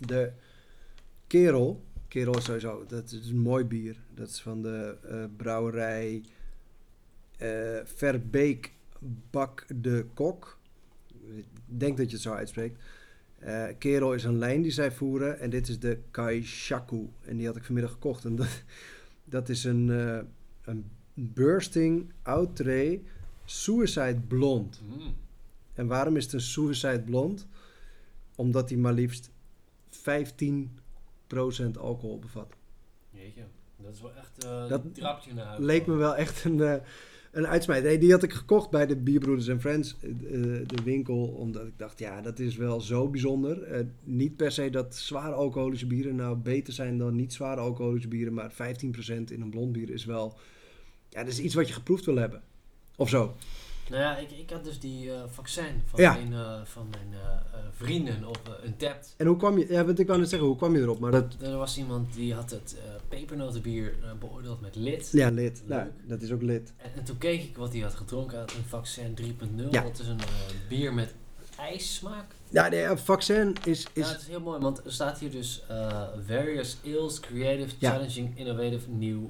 De Kerel, Kerel is sowieso, dat is een mooi bier. Dat is van de uh, brouwerij uh, Verbeek Bak de Kok. Ik denk dat je het zo uitspreekt. Uh, Kerel is een lijn die zij voeren en dit is de Kaishaku. En die had ik vanmiddag gekocht. En dat, dat is een, uh, een Bursting Outre Suicide Blonde. Mm. En waarom is het een Suicide Blonde? Omdat hij maar liefst vijftien procent alcohol bevat. Jeetje, dat is wel echt uh, dat een trapje naar huis. Leek me wel echt een, uh, een uitsmijter. Nee, die had ik gekocht bij de Bierbroeders en Friends, uh, de winkel. Omdat ik dacht, ja, dat is wel zo bijzonder. Uh, niet per se dat zware alcoholische bieren nou beter zijn dan niet zware alcoholische bieren. Maar vijftien procent in een blond bier is wel... Ja, dat is iets wat je geproefd wil hebben. Of zo. Nou ja, ik, ik had dus die uh, vaccin van ja. mijn, uh, van mijn uh, uh, vrienden op uh, Untappd. En hoe kwam je... Ja, want ik wou net zeggen, hoe kwam je erop? Maar dat... Er was iemand die had het uh, pepernotenbier uh, beoordeeld met lid. Ja, lid. Nou, dat is ook lid. En, en toen keek ik wat hij had gedronken. Hij had een vaccin drie punt nul. Ja. Dat is een uh, bier met ijssmaak. Ja, nee, een vaccin is, is... Ja, het is heel mooi, want er staat hier dus uh, various ales, creative, ja. challenging, innovative, new,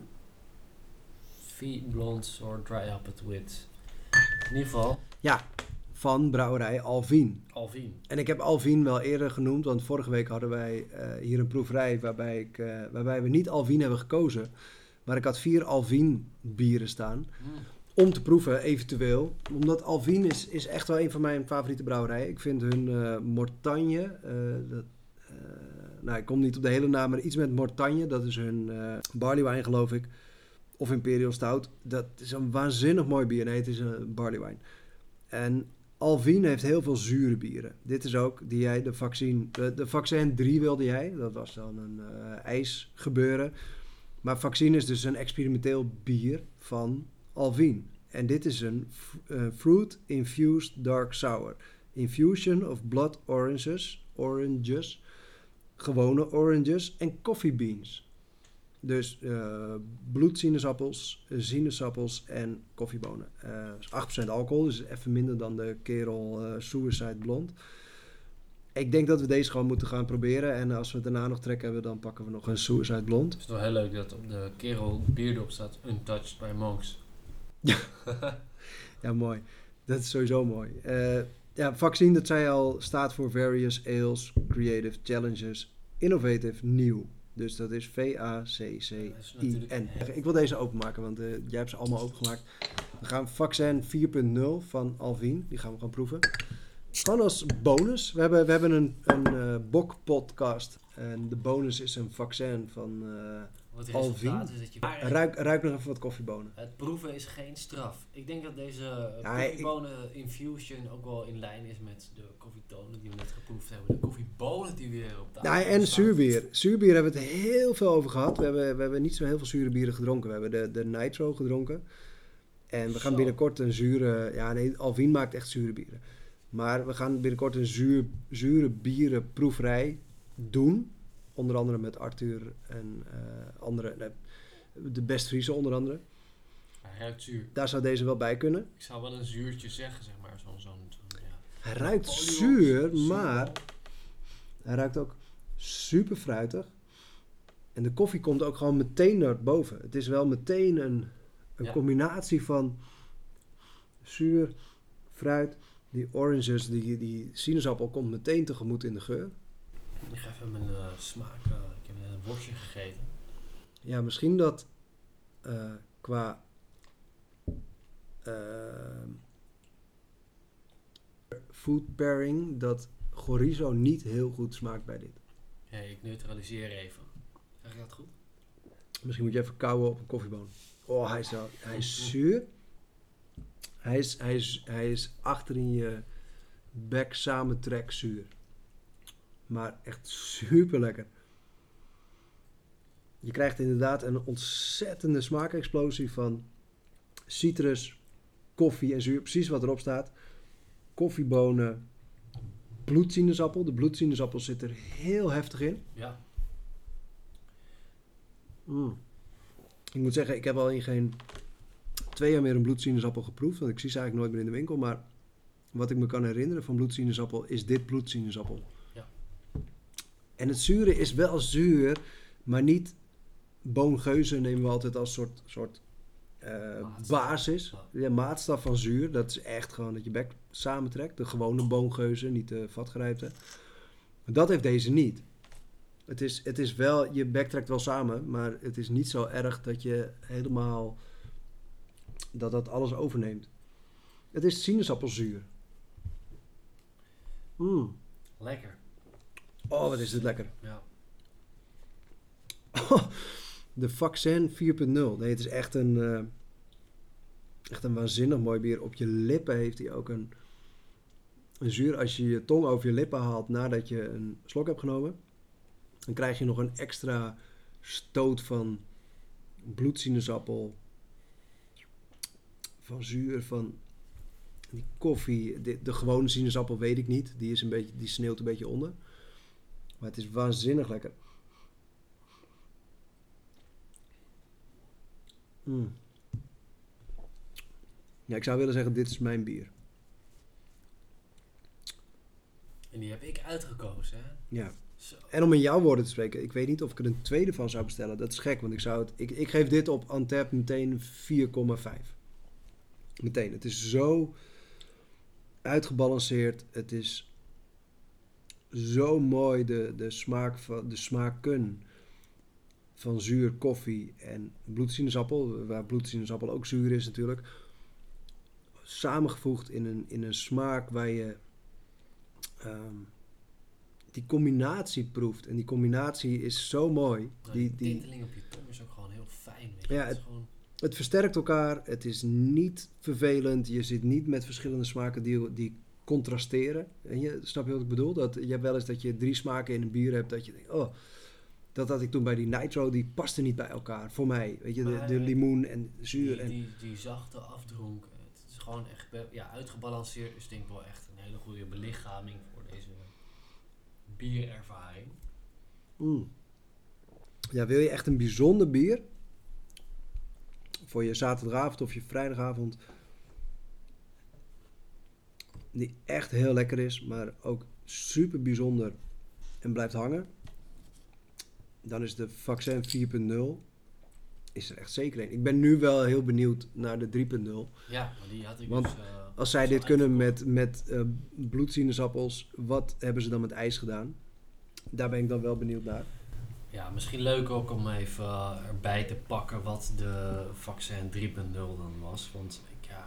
V blonde or dry hopped with. In ieder geval. Ja, van brouwerij Alvin. Alvin. En ik heb Alvin wel eerder genoemd, want vorige week hadden wij uh, hier een proeverij waarbij, ik, uh, waarbij we niet Alvin hebben gekozen. Maar ik had vier Alvin bieren staan. Mm. Om te proeven, eventueel. Omdat Alvin is, is echt wel een van mijn favoriete brouwerijen. Ik vind hun uh, Mortagne... Uh, dat, uh, nou, ik kom niet op de hele naam, maar iets met Mortagne. Dat is hun uh, barley wine, geloof ik. Of Imperial Stout. Dat is een waanzinnig mooi bier. Nee, het is een barley wine. En Alvin heeft heel veel zure bieren. Dit is ook die jij, de vaccin... De, de vaccin drie wilde jij. Dat was dan een uh, ijsgebeuren. Maar vaccin is dus een experimenteel bier van Alvin. En dit is een uh, fruit infused dark sour. Infusion of blood oranges, oranges, gewone oranges en coffee beans. Dus uh, bloedsinaasappels, uh, sinaasappels en koffiebonen. Uh, acht procent alcohol, dus even minder dan de Kerel uh, Suicide Blonde. Ik denk dat we deze gewoon moeten gaan proberen. En als we het daarna nog trek hebben, dan pakken we nog een Suicide Blonde. Het is toch heel leuk dat op de Kerel bier erop staat Untouched by Monks. Ja. Ja, mooi. Dat is sowieso mooi. Uh, ja, vaccin, dat zei al, staat voor Various Ales, Creative, Challenges, Innovative, Nieuw. Dus dat is V A C C I N. Ik wil deze openmaken, want uh, jij hebt ze allemaal opengemaakt. We gaan vaccin vier punt nul van Alvin. Die gaan we gaan proeven. Gewoon als bonus. We hebben, we hebben een, een uh, bok-podcast. En de bonus is een vaccin van uh, Alvin. Is dat je... Ruik, ruik nog even wat koffiebonen. Het proeven is geen straf. Ik denk dat deze uh, ja, koffiebonen ik... infusion ook wel in lijn is met de koffietonen die we net geproefd hebben. De koffiebonen die weer op tafel ja, en zuurbier. Zuurbier hebben we het heel veel over gehad. We hebben, we hebben niet zo heel veel zure bieren gedronken. We hebben de, de Nitro gedronken. En we gaan zo. binnenkort een zure... Ja, nee, Alvin maakt echt zure bieren. Maar we gaan binnenkort een zuur, zure bierenproeverij doen. Onder andere met Arthur en uh, andere... Nee, de Best Friese onder andere. Hij ruikt zuur. Daar zou deze wel bij kunnen. Ik zou wel een zuurtje zeggen, zeg maar. Zo'n, zo'n, zo'n, ja. Hij ruikt zuur, zuur, maar... Hij ruikt ook super fruitig. En de koffie komt ook gewoon meteen naar boven. Het is wel meteen een, een ja. combinatie van zuur, fruit... Die oranges, die, die sinaasappel komt meteen tegemoet in de geur. Ik ga even mijn uh, smaak... Uh, ik heb een worstje gegeten. Ja, misschien dat uh, qua... Uh, food pairing, dat chorizo niet heel goed smaakt bij dit. Hey, ik neutraliseer even. Zeg je dat goed? Misschien moet je even kauwen op een koffieboon. Oh, hij is, zo, hij is zuur. Hij is, hij, is, hij is achter in je bek samentrek zuur. Maar echt super lekker. Je krijgt inderdaad een ontzettende smaakexplosie van citrus, koffie en zuur. Precies wat erop staat. Koffiebonen, bloedsinaasappel. De bloedsinaasappel zit er heel heftig in. Ja. Mm. Ik moet zeggen, ik heb al in geen... twee jaar meer een bloedsinaasappel geproefd. Want ik zie ze eigenlijk nooit meer in de winkel. Maar wat ik me kan herinneren van bloedsinaasappel is dit bloedsinaasappel. Ja. En het zure is wel zuur, maar niet Boongeuze nemen we altijd als soort, soort uh, Maatstaf. basis. Ja, maatstaf van zuur. Dat is echt gewoon dat je bek samentrekt. De gewone Boongeuze, niet de vatgerijpte. Maar dat heeft deze niet. Het is, het is wel, je bek trekt wel samen, maar het is niet zo erg dat je helemaal, dat dat alles overneemt. Het is sinaasappelzuur. Mm. Lekker. Oh, wat is dit lekker. Ja. De Vaccin vier punt nul. Nee, het is echt een, uh, echt een waanzinnig mooi bier. Op je lippen heeft hij ook een, een zuur. Als je je tong over je lippen haalt nadat je een slok hebt genomen, dan krijg je nog een extra stoot van bloedsinaasappel, van zuur, van die koffie. De, de gewone sinaasappel weet ik niet. Die, is een beetje, die sneeuwt een beetje onder. Maar het is waanzinnig lekker. Mm. Ja, ik zou willen zeggen, dit is mijn bier. En die heb ik uitgekozen, hè? Ja. Zo. En om in jouw woorden te spreken, ik weet niet of ik er een tweede van zou bestellen. Dat is gek, want ik zou het. Ik, ik geef dit op Antep meteen vier komma vijf. Meteen. Het is zo uitgebalanceerd. Het is zo mooi de, de smaak van de smaken van zuur, koffie en bloedsinaasappel, waar bloedsinaasappel ook zuur is natuurlijk, samengevoegd in een, in een smaak waar je um, die combinatie proeft. En die combinatie is zo mooi. Nou, die, die die tinteling op je tong is ook gewoon heel fijn. Weet je? Ja, het, is het- gewoon... Het versterkt elkaar. Het is niet vervelend. Je zit niet met verschillende smaken die, die contrasteren. En je, snap je wat ik bedoel? Dat, je hebt wel eens dat je drie smaken in een bier hebt dat je denkt, oh, dat had ik toen bij die Nitro, die paste niet bij elkaar. Voor mij. Weet je, de, Maar, de limoen en zuur. Die, En, die, die zachte afdronk. Het is gewoon echt be- ja, uitgebalanceerd. Dus ik denk wel echt een hele goede belichaming voor deze bierervaring. mm. Ja, wil je echt een bijzonder bier voor je zaterdagavond of je vrijdagavond, die echt heel lekker is, maar ook super bijzonder en blijft hangen, dan is de Vaccin vier punt nul is er echt zeker een. Ik ben nu wel heel benieuwd naar de drie punt nul. Ja, maar die had ik Want dus... uh, Als zij zo dit kunnen uitgekocht. met, met uh, bloedsinaasappels, wat hebben ze dan met ijs gedaan? Daar ben ik dan wel benieuwd naar. Ja, misschien leuk ook om even uh, erbij te pakken wat de Vaccin drie punt nul dan was. Want ik, ja,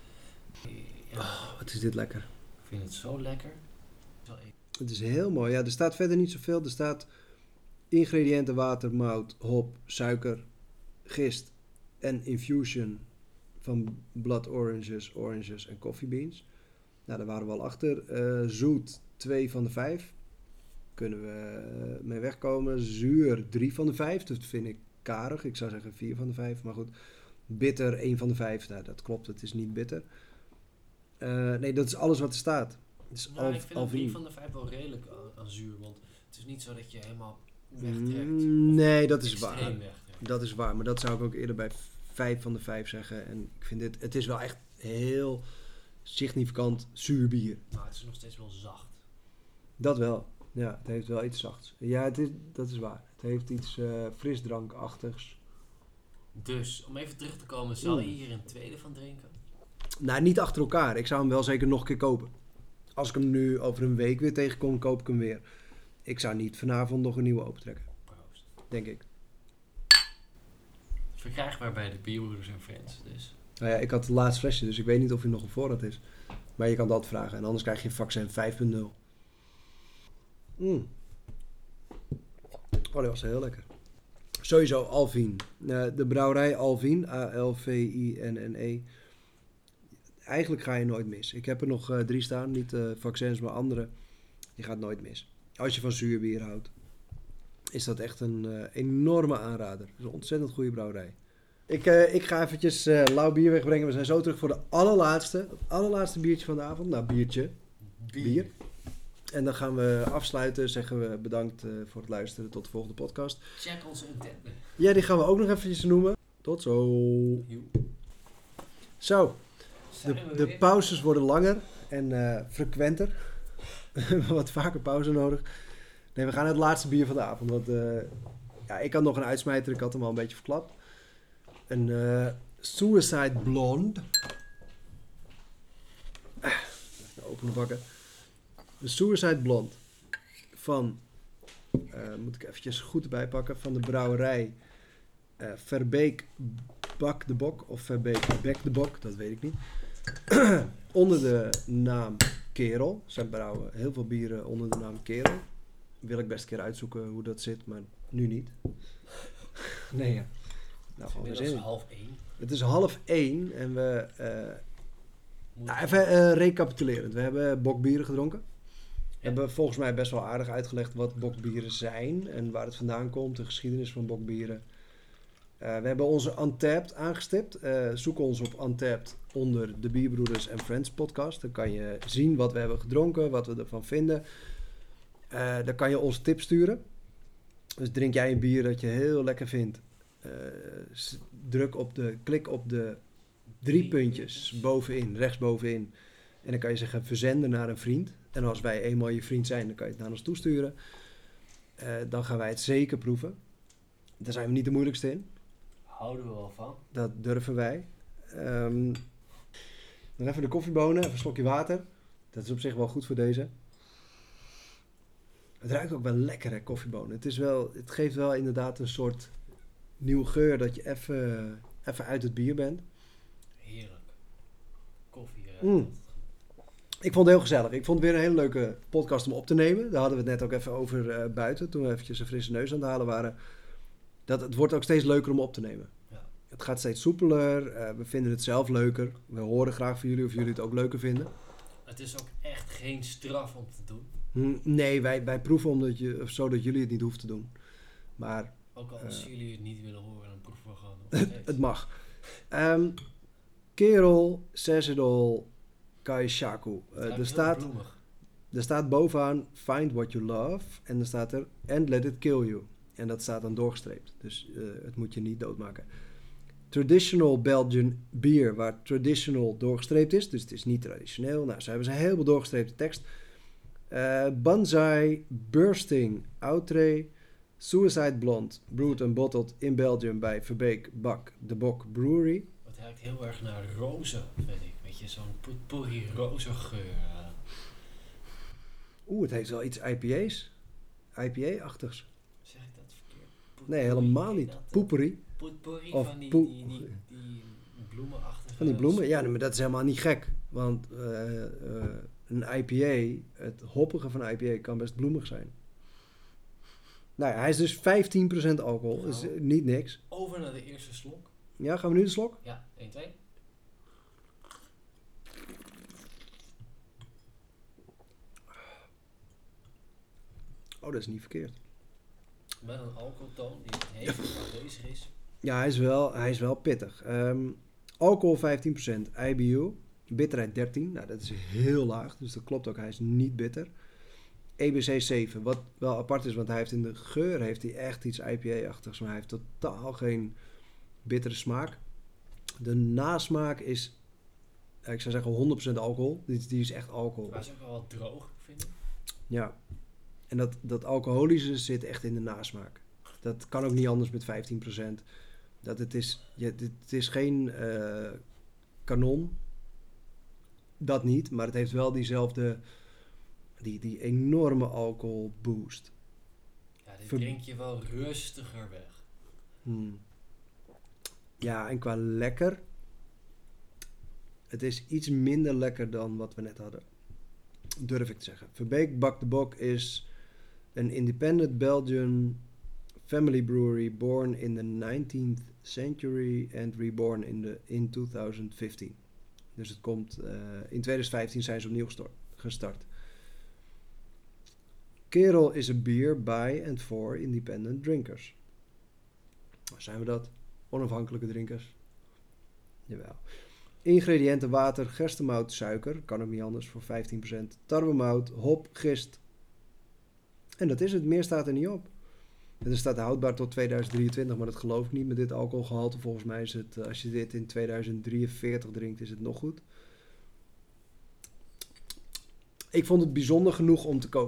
ja, Oh, wat is dit lekker. ik vind het zo lekker. Zo e- Het is heel mooi. Ja, er staat verder niet zoveel. Er staat ingrediënten, water, mout, hop, suiker, gist en infusion van blood oranges, oranges en coffee beans. Nou, daar waren we al achter. Uh, zoet, twee van de vijf. Kunnen we uh, mee wegkomen. Zuur, drie van de vijf. Dat vind ik karig. Ik zou zeggen vier van de vijf. Maar goed. Bitter, één van de vijf. Nou, dat klopt. Het is niet bitter. Uh, nee, dat is alles wat er staat. Het is Nou, al, ik vind al drie van de vijf wel redelijk aan, aan zuur. Want het is niet zo dat je helemaal wegtrekt. Mm, nee, dat is extreem waar. wegtrekt. Dat is waar. Maar dat zou ik ook eerder bij vijf van de vijf zeggen. En ik vind dit... Het is wel echt heel significant zuur bier. Maar het is nog steeds wel zacht. Dat wel. Ja, het heeft wel iets zachts. Ja, het is, dat is waar. Het heeft iets uh, frisdrankachtigs. Dus, om even terug te komen, zal Mm. je hier een tweede van drinken? Nou, niet achter elkaar. Ik zou hem wel zeker nog een keer kopen. Als ik hem nu over een week weer tegenkom, koop ik hem weer. Ik zou niet vanavond nog een nieuwe opentrekken. Proost. Denk ik. Verkrijgbaar bij de Bierbroeders en Friends, dus. Nou ja, ik had het laatste flesje, dus ik weet niet of hij nog op voorraad is. Maar je kan dat vragen. En anders krijg je een Vaccin vijf punt nul. Mm. Oh, die was heel lekker. Sowieso Alvin. Uh, de brouwerij Alvin, A L V I N N E. Eigenlijk ga je nooit mis. Ik heb er nog uh, drie staan. Niet uh, vaccins, maar andere. Je gaat nooit mis. Als je van zuurbier houdt, is dat echt een uh, enorme aanrader. Het is een ontzettend goede brouwerij. Ik, uh, ik ga eventjes uh, lauw bier wegbrengen. We zijn zo terug voor de allerlaatste. Het allerlaatste biertje van de avond. Nou, biertje. Bier. En dan gaan we afsluiten. Zeggen we bedankt uh, voor het luisteren. Tot de volgende podcast. Check onze Untappd. Ja, die gaan we ook nog eventjes noemen. Tot zo. Zo. De, de pauzes worden langer en uh, frequenter. We hebben wat vaker pauze nodig. Nee, we gaan naar het laatste bier van de avond. Want uh, ja, ik had nog een uitsmijter. Ik had hem al een beetje verklapt. Een uh, Suicide Blonde. Ah, even openen bakken. De Suicide Blonde. Van, uh, moet ik eventjes goed erbij pakken. Van de brouwerij uh, Verbeek Bak de Bok. Of Verbeek Bek de Bok. Dat weet ik niet. Onder de naam Kerel. Zij brouwen heel veel bieren onder de naam Kerel. Wil ik best een keer uitzoeken hoe dat zit, maar nu niet. Nee, ja. Nou, gewoon het is half één. Het is half één en we... Uh, nou, even uh, recapitulerend. We hebben bokbieren gedronken. We ja. hebben volgens mij best wel aardig uitgelegd wat bokbieren zijn en waar het vandaan komt, de geschiedenis van bokbieren. Uh, we hebben onze Untapped aangestipt. Uh, zoek ons op Untapped onder de Bierbroeders and Friends podcast. Dan kan je zien wat we hebben gedronken, wat we ervan vinden. Uh, dan kan je ons tips sturen. Dus drink jij een bier dat je heel lekker vindt. Uh, druk op de, klik op de drie puntjes bovenin, rechtsbovenin. En dan kan je zeggen verzenden naar een vriend. En als wij eenmaal je vriend zijn, dan kan je het naar ons toesturen. Uh, dan gaan wij het zeker proeven. Daar zijn we niet de moeilijkste in. Houden we wel van. Dat durven wij. Um, dan even de koffiebonen, even een slokje water. Dat is op zich wel goed voor deze. Het ruikt ook wel lekker, hè, koffiebonen. Het, is wel, het geeft wel inderdaad een soort nieuwe geur dat je even, even uit het bier bent. Heerlijk. Koffie ruikt mm. Ik vond het heel gezellig. Ik vond het weer een hele leuke podcast om op te nemen. Daar hadden we het net ook even over uh, buiten, toen we eventjes een frisse neus aan het halen waren. Dat, het wordt ook steeds leuker om op te nemen. Ja. Het gaat steeds soepeler. Uh, we vinden het zelf leuker. We horen graag van jullie of jullie het ook leuker vinden. Het is ook echt geen straf om te doen. Nee, wij, wij proeven omdat je, zodat jullie het niet hoeven te doen. Maar, ook al als uh, jullie het niet willen horen, dan proeven we gewoon nog het mag. Um, Kerel, Sezedol, Kaishaku. Uh, er, staat, er staat bovenaan Find What You Love. En er staat er And Let It Kill You. En dat staat dan doorgestreept. Dus uh, het moet je niet doodmaken. Traditional Belgian beer, waar traditional doorgestreept is. Dus het is niet traditioneel. Nou, zo hebben ze een heleboel doorgestreepte tekst. Uh, Banzai, Bursting, Outre, Suicide Blonde, brewed and bottled in Belgium bij Verbeek Bak de Bok Brewery. Het ruikt heel erg naar rozen, vind ik. Weet je, zo'n potpourri rozengeur. Oeh, het heeft wel iets I P A's. I P A-achtigs. Zeg ik dat verkeerd? Potpourri, nee, helemaal niet. Potpourri. Potpourri of van die, po- die, die, die bloemenachtige... Van die bloemen? Ja, maar dat is helemaal niet gek. Want uh, uh, een I P A, het hoppige van een I P A kan best bloemig zijn. Nou ja, hij is dus vijftien procent alcohol. Nou, is niet niks. Over naar de eerste slok. Ja, gaan we nu de slok? Ja, één, twee. Oh, dat is niet verkeerd. Met een alcoholtoon die heel aanwezig is. Ja, hij is wel, hij is wel pittig. Um, alcohol vijftien procent, I B U, bitterheid dertien. Nou, dat is heel laag, dus dat klopt ook. Hij is niet bitter. E B C zeven, wat wel apart is, want hij heeft in de geur heeft hij echt iets I P A-achtigs, maar hij heeft totaal geen bittere smaak. De nasmaak is, ik zou zeggen honderd procent alcohol. Die, die is echt alcohol. Maar hij is ook wel wat droog, vind ik. Ja, en dat, dat alcoholische zit echt in de nasmaak. Dat kan ook niet anders met vijftien procent. Dat het is, ja, het is geen uh, kanon. Dat niet, maar het heeft wel diezelfde, die, die enorme alcohol boost. Ja, dit Ver- drink je wel rustiger weg. Hmm. Ja, en qua lekker, het is iets minder lekker dan wat we net hadden. Durf ik te zeggen. Verbeek Bak de Bok is een independent Belgian family brewery born in the nineteenth century and reborn in, the, in twintig vijftien. Dus het komt, uh, in twintig vijftien zijn ze opnieuw gestart, gestart. Kerel is een beer by and for independent drinkers. Zijn we dat? Onafhankelijke drinkers? Jawel. Ingrediënten: water, gerstemout, suiker. Kan ook niet anders voor vijftien procent. Tarwemout, hop, gist. En dat is het. Meer staat er niet op. En er staat houdbaar tot tweeduizend drieëntwintig, maar dat geloof ik niet met dit alcoholgehalte. Volgens mij is het, als je dit in tweeduizend drieënveertig drinkt, is het nog goed. Ik vond het bijzonder genoeg om te kopen.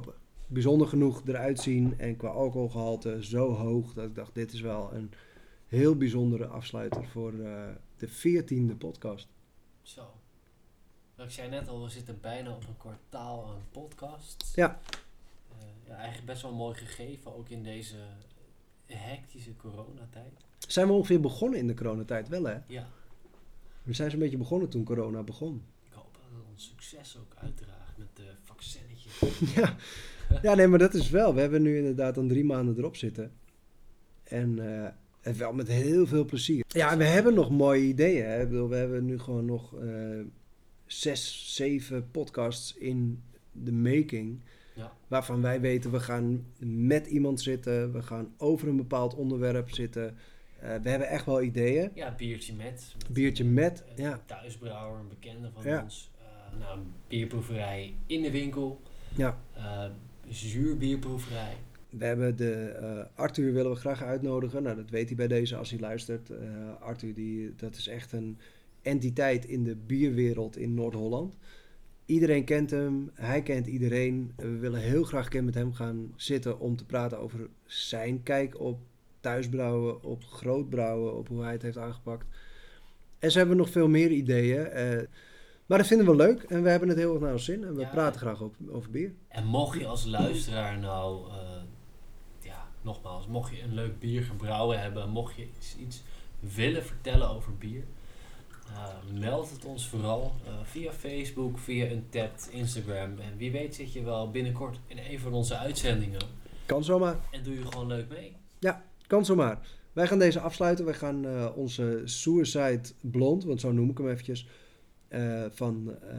bijzonder genoeg eruit zien en qua alcoholgehalte zo hoog dat ik dacht, dit is wel een heel bijzondere afsluiter voor uh, de veertiende podcast. Zo. Ik zei net al, we zitten bijna op een kwartaal aan podcast. Ja. Uh, ja, eigenlijk best wel een mooi gegeven, ook in deze hectische coronatijd. Zijn we ongeveer begonnen in de coronatijd wel, hè? Ja. We zijn zo'n beetje begonnen toen corona begon. Ik hoop dat het ons succes ook uitdraagt met de vaccinetjes. ja. ja, nee, maar dat is wel. We hebben nu inderdaad dan drie maanden erop zitten. En, uh, en wel met heel veel plezier. Ja, we hebben nog mooie ideeën. Hè? Ik bedoel, we hebben nu gewoon nog uh, zes, zeven podcasts in de making. Ja. Waarvan wij weten, we gaan met iemand zitten. We gaan over een bepaald onderwerp zitten. Uh, we hebben echt wel ideeën. Ja, biertje met. met biertje een, met, een ja. thuisbrouwer, een bekende van ja. ons. Uh, nou, een bierproeverij in de winkel. Ja. Uh, zuurbierproeverij. We hebben de uh, Arthur willen we graag uitnodigen. Nou, dat weet hij bij deze als hij luistert. Uh, Arthur, die, dat is echt een entiteit in de bierwereld in Noord-Holland. Iedereen kent hem, hij kent iedereen. We willen heel graag een keer met hem gaan zitten om te praten over zijn kijk op thuisbrouwen, op grootbrouwen, op hoe hij het heeft aangepakt. En zo hebben we nog veel meer ideeën. Uh, maar dat vinden we leuk en we hebben het heel erg naar ons zin. En we Ja, praten graag over, over bier. En mocht je als luisteraar nou, uh, ja, nogmaals, mocht je een leuk bier gebrouwen hebben, mocht je iets, iets willen vertellen over bier, uh, meld het ons vooral uh, via Facebook, via Untappd, Instagram. En wie weet zit je wel binnenkort in een van onze uitzendingen. Kan zomaar. En doe je gewoon leuk mee. Ja, kan zomaar. Wij gaan deze afsluiten. Wij gaan uh, onze Suicide Blonde, want zo noem ik hem eventjes, uh, van, uh,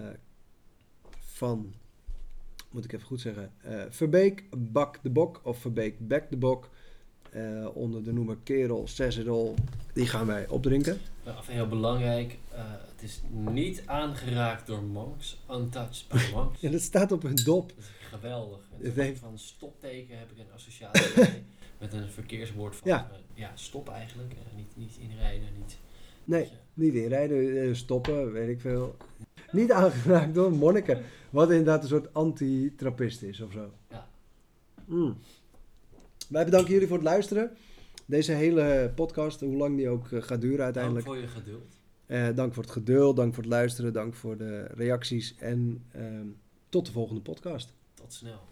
van, moet ik even goed zeggen, uh, Verbeek Bak de Bok of Verbeek Bek de Bok, uh, onder de noemer Kerel Says It All, die gaan wij opdrinken. Uh, heel belangrijk, uh, het is niet aangeraakt door monks, untouched by monks. Ja, dat staat op hun dop. Dat is geweldig. Met Het een heeft... van stopteken heb ik een associatie mee. Met een verkeerswoord van ja. Uh, ja, stop eigenlijk. Uh, niet, niet inrijden, niet... Nee, je... niet inrijden, stoppen, weet ik veel. Niet aangeraakt door monniken. Wat inderdaad een soort anti-trappist is of zo. Ja. Mm. Wij bedanken jullie voor het luisteren. Deze hele podcast, hoe lang die ook uh, gaat duren uiteindelijk. Dank voor je geduld. Uh, dank voor het geduld, dank voor het luisteren, dank voor de reacties. En uh, tot de volgende podcast. Tot snel.